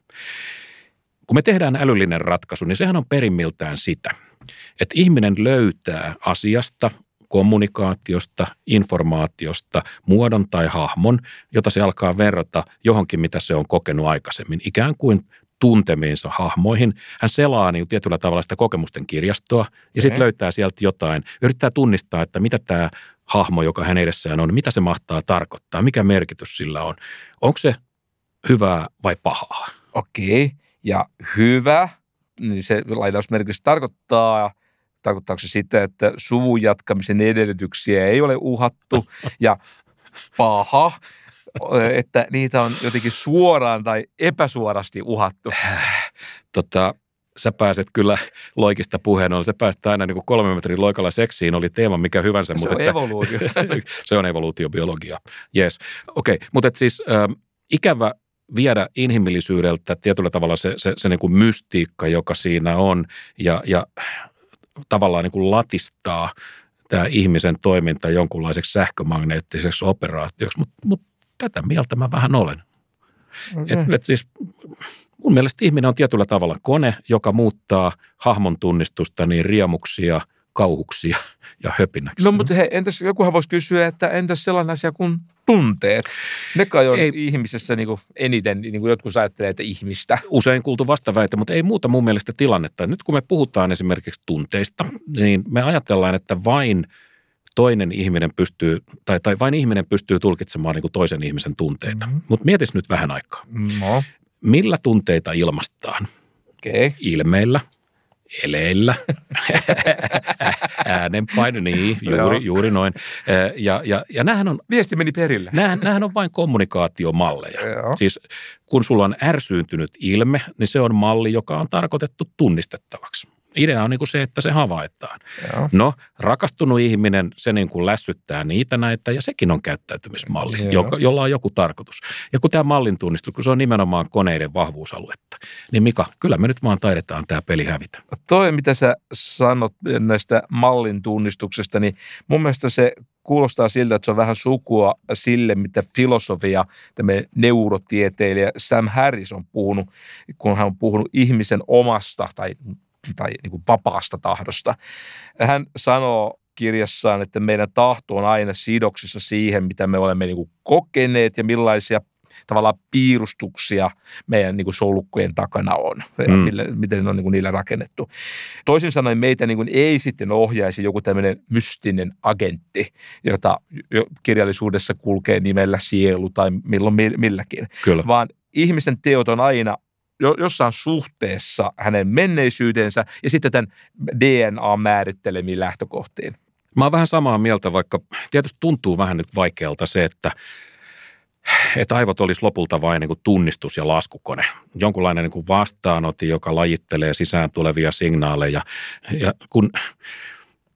Kun me tehdään älyllinen ratkaisu, niin sehän on perimmiltään sitä, että ihminen löytää asiasta, kommunikaatiosta, informaatiosta, muodon tai hahmon, jota se alkaa verrata johonkin, mitä se on kokenut aikaisemmin, ikään kuin tuntemiinsa hahmoihin. Hän selaa niin tietyllä tavalla sitä kokemusten kirjastoa ja sitten löytää sieltä jotain, yrittää tunnistaa, että mitä tämä hahmo, joka hän edessään on, mitä se mahtaa tarkoittaa, mikä merkitys sillä on. Onko se hyvää vai pahaa? Okei. Ja hyvä, niin se lainausmerkitys tarkoittaa, tarkoittaako se sitä, että suvun jatkamisen edellytyksiä ei ole uhattu, ja paha, että niitä on jotenkin suoraan tai epäsuorasti uhattu. Tota, sä pääset kyllä loikista puheen ollen. Sä pääset aina niin kuin kolmen metrin loikalla seksiin, oli teema mikä hyvänsä. Se mutta on että, evoluutio. Se on evoluutiobiologia, yes. Okei, okay, mutta siis äh, ikävä viedä inhimillisyydeltä tietyllä tavalla se, se, se niin kuin mystiikka, joka siinä on, ja, ja tavallaan niin kuin latistaa tämä ihmisen toiminta jonkunlaiseksi sähkömagneettiseksi operaatioksi, mutta mut tätä mieltä mä vähän olen. Okay. Et, et siis mun mielestä ihminen on tietyllä tavalla kone, joka muuttaa hahmon tunnistusta niin riemuksia, kauhuksia ja höpinäksi. No mutta hei, entäs jokuhan voisi kysyä, että entäs sellainen asia kuin tunteet? Ne kai on ei, ihmisessä niin kuin eniten, niin kuin jotkut ajattelee, että ihmistä. Usein kuultu vastaväite, mutta ei muuta mun mielestä tilannetta. Nyt kun me puhutaan esimerkiksi tunteista, niin me ajatellaan, että vain toinen ihminen pystyy, tai, tai vain ihminen pystyy tulkitsemaan niin kuin toisen ihmisen tunteita. Mm-hmm. Mutta mietis nyt vähän aikaa. No. Millä tunteita ilmaistaan? Okay. Ilmeillä, eleillä, äänenpaino, niin, juuri, juuri noin. Ja, ja, ja näähän on... Viesti meni perille. Näähän, näähän on vain kommunikaatiomalleja. Joo. Siis kun sulla on ärsyyntynyt ilme, niin se on malli, joka on tarkoitettu tunnistettavaksi. Idea on niin kuin se, että se havaitaan. Joo. No, rakastunut ihminen, se niin kuin lässyttää niitä näitä, ja sekin on käyttäytymismalli, joka, jolla on joku tarkoitus. Ja kun tämä mallin tunnistus, kun se on nimenomaan koneiden vahvuusaluetta, niin Mika, kyllä me nyt vaan taidetaan tämä peli hävitä. Toi, mitä sä sanot näistä mallin tunnistuksesta, niin mun mielestä se kuulostaa siltä, että se on vähän sukua sille, mitä filosofia, tämmöinen neurotieteilijä Sam Harris on puhunut, kun hän on puhunut ihmisen omasta tai tai niin kuin vapaasta tahdosta. Hän sanoo kirjassaan, että meidän tahto on aina sidoksissa siihen, mitä me olemme niin kuin kokeneet ja millaisia tavallaan piirustuksia meidän niin kuin solukkujen takana on, mm. millä, miten ne on niin kuin niillä rakennettu. Toisin sanoen meitä niin kuin ei sitten ohjaisi joku tämmöinen mystinen agentti, jota kirjallisuudessa kulkee nimellä sielu tai milloin milläkin, Kyllä. vaan ihmisen teot on aina jossain suhteessa hänen menneisyytensä ja sitten tämän D N A-määrittelemiin lähtökohtiin. Mä oon vähän samaa mieltä, vaikka tietysti tuntuu vähän nyt vaikealta se, että, että aivot olisi lopulta vain niin kuin tunnistus- ja laskukone. Jonkunlainen niin kuin vastaanotti, joka lajittelee sisään tulevia signaaleja. Ja kun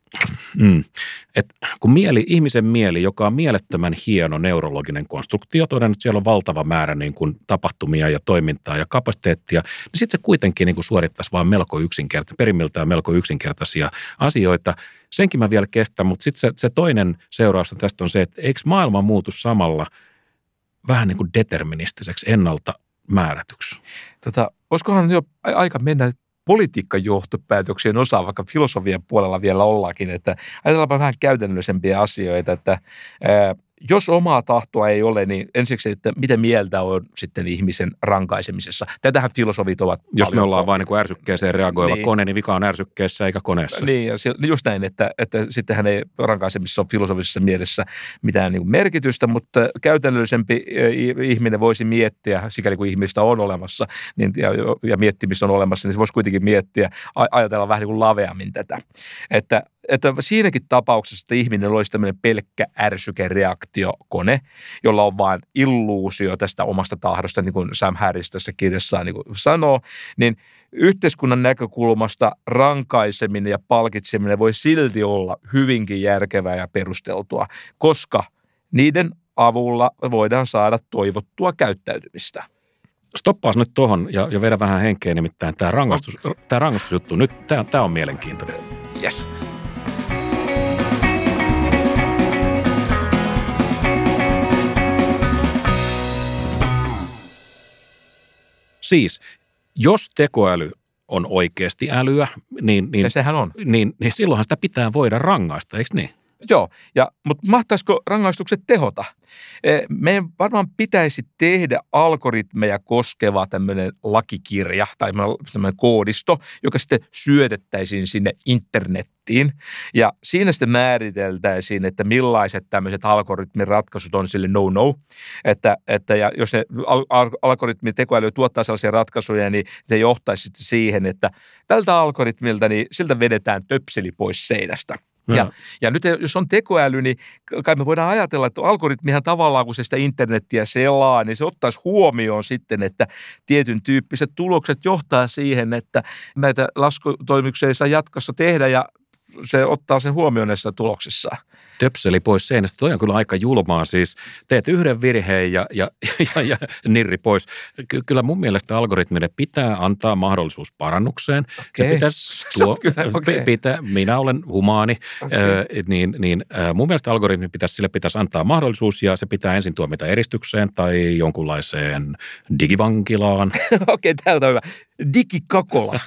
Mm. Et kun mieli, ihmisen mieli, joka on mielettömän hieno neurologinen konstruktio, todennut, että siellä on valtava määrä niin kuin tapahtumia ja toimintaa ja kapasiteettia, niin sitten se kuitenkin niin kuin suorittaisi vaan melko yksinkertaisia, perimmiltään melko yksinkertaisia asioita. Senkin mä vielä kestän, mutta sitten se, se toinen seuraus tästä on se, että eikö maailma muutu samalla vähän niin kuin deterministiseksi ennalta määrätyksi? Tota, olisikohan jo aika mennä politiikkajohtopäätöksien osaa, vaikka filosofian puolella vielä ollaankin, että ajatellaanpa vähän käytännöllisempiä asioita, että ää, jos omaa tahtoa ei ole, niin ensiksi, että mitä mieltä on sitten ihmisen rankaisemisessa. Tätähän filosofit ovat Jos me ollaan vain niin kuin ärsykkeeseen reagoiva niin. kone, niin vika on ärsykkeessä eikä koneessa. Niin, ja just näin, että, että sittenhän ei rankaisemisessa ole filosofisessa mielessä mitään niin kuin merkitystä, mutta käytännöllisempi ihminen voisi miettiä, sikäli kuin ihmistä on olemassa niin, ja, ja miettimistä on olemassa, niin se voisi kuitenkin miettiä, ajatella vähän niin kuin laveammin tätä. Että Että siinäkin tapauksessa, että ihminen olisi tämmöinen pelkkä ärsykereaktiokone, jolla on vain illuusio tästä omasta tahdosta, niin kuin Sam Harris tässä kirjassaan niin kuin sanoo, niin yhteiskunnan näkökulmasta rankaiseminen ja palkitseminen voi silti olla hyvinkin järkevää ja perusteltua, koska niiden avulla voidaan saada toivottua käyttäytymistä. Stoppaas nyt tuohon ja, ja vedä vähän henkeä, nimittäin tämä rangaistus, tämä rangaistusjuttu, nyt tämä, tämä on mielenkiintoinen. Yes. Siis, jos tekoäly on oikeasti älyä, niin, niin, ja sehän on. Niin, niin silloinhan sitä pitää voida rangaista, eikö niin? Joo, ja, mutta mahtaisiko rangaistukset tehota? Meidän varmaan pitäisi tehdä algoritmeja koskeva tämmöinen lakikirja tai tämmöinen koodisto, joka sitten syötettäisiin sinne internettiin. Ja siinä sitten määriteltäisiin, että millaiset tämmöiset algoritmin ratkaisut on sille no-no. Että, että ja jos ne algoritmin tekoäly tuottaa sellaisia ratkaisuja, niin se johtaisi sitten siihen, että tältä algoritmilta niin siltä vedetään töpseli pois seinästä. Ja, ja nyt jos on tekoäly, niin kai me voidaan ajatella, että algoritmihan tavallaan, kun se sitä internettiä selaa, niin se ottaisi huomioon sitten, että tietyn tyyppiset tulokset johtaa siihen, että näitä laskutoimuksia ei saa jatkossa tehdä ja se ottaa sen huomioon näissä tuloksissa. Töpseli pois seinästä. Toi on kyllä aika julmaa. Siis teet yhden virheen ja, ja, ja, ja nirri pois. Ky- kyllä mun mielestä algoritmille pitää antaa mahdollisuus parannukseen. Okay. Se pitäisi tuo, kyllä, okay. pitä, minä olen humaani, okay. äh, niin, niin äh, mun mielestä algoritmi pitäisi, sille pitäisi antaa mahdollisuus ja se pitää ensin tuomita eristykseen tai jonkunlaiseen digivankilaan. Okei, okay, täältä on hyvä. Digikakola.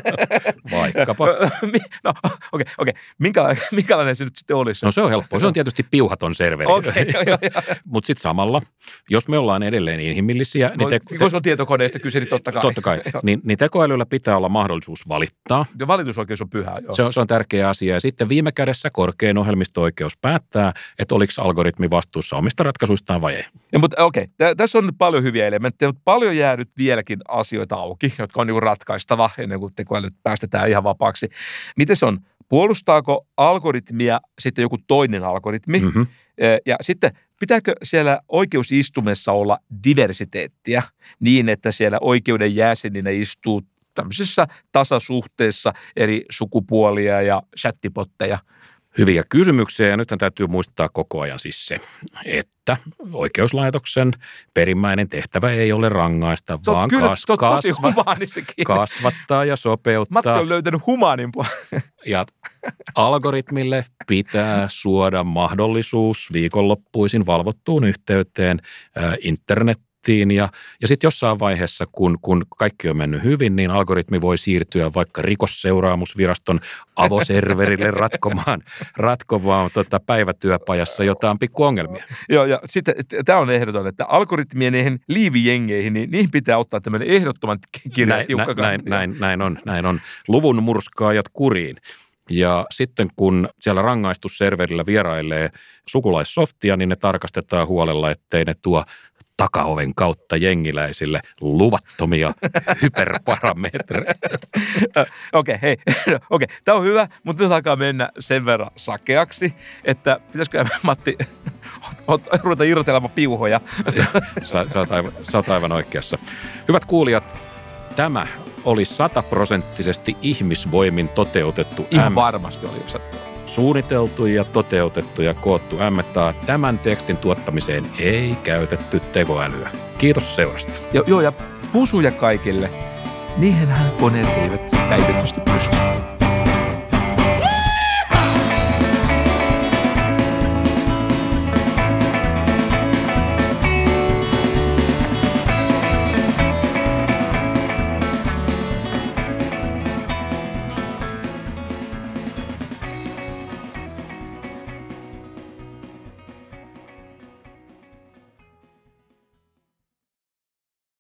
Vaikkapa. No, okei, okay, okay. Minkälainen, minkälainen se nyt sitten olisi? No se on helppoa. Se on tietysti piuhaton serveri. Okay, mutta sitten samalla, jos me ollaan edelleen inhimillisiä... No, niin te, jos on tietokoneesta kyse, niin totta kai. Totta kai. niin, niin tekoälyllä pitää olla mahdollisuus valittaa. Ja valitusoikeus on pyhä. Joo. Se on, se on tärkeä asia. Ja sitten viime kädessä korkein ohjelmisto-oikeus päättää, että oliko algoritmi vastuussa omista ratkaisuistaan vai ei. Ja, mutta okei, okay. Tässä on nyt paljon hyviä elementtejä, mutta paljon jää nyt vieläkin asioita auki, jotka on niin kuin ratkaistava ennen kuin tekoälyt päästetään ihan vapaaksi. Miten se on? Puolustaako algoritmia sitten joku toinen algoritmi? Mm-hmm. Ja sitten pitääkö siellä oikeusistumessa olla diversiteettiä niin, että siellä oikeuden jäseninä istuu tämmöisessä tasasuhteessa eri sukupuolia ja chattipotteja? Hyviä kysymyksiä ja nythän täytyy muistaa koko ajan siis se, että oikeuslaitoksen perimmäinen tehtävä ei ole rangaista, se vaan kyllä, kas, kasva, kasvattaa ja sopeuttaa. Matti on löytänyt humaanin puolella. Ja algoritmille pitää suoda mahdollisuus viikonloppuisin valvottuun yhteyteen äh, internet. Ja, ja sitten jossain vaiheessa, kun, kun kaikki on mennyt hyvin, niin algoritmi voi siirtyä vaikka rikosseuraamusviraston avoserverille ratkomaan, ratkomaan tota, päivätyöpajassa jotain pikkuongelmia. Joo, ja sitten tämä on ehdoton, että algoritmien niihin liivijengeihin, niin niihin pitää ottaa tämmöinen ehdottoman kirja näin, tiukka näin, näin, näin on, näin on. Luvun murskaajat kuriin. Ja sitten kun siellä rangaistusserverillä vierailee sukulaissoftia, niin ne tarkastetaan huolella, ettei ne tuo takaoven kautta jengiläisille luvattomia hyperparametreja. Okei, hei, okei, okay. Tämä on hyvä, mutta nyt alkaa mennä sen verran sakeaksi, että pitäisikö Matti ruveta irrotelemaan piuhoja? Sä, sä, oot aivan, sä oot aivan oikeassa. Hyvät kuulijat, tämä oli sataprosenttisesti ihmisvoimin toteutettu. Ihan M- varmasti oli. suunniteltu ja toteutettu ja koottu M and A. Tämän tekstin tuottamiseen ei käytetty tekoälyä. Kiitos seurasta. Jo, joo, ja pusuja kaikille. Niihinhän koneet eivät päivitystä pysty.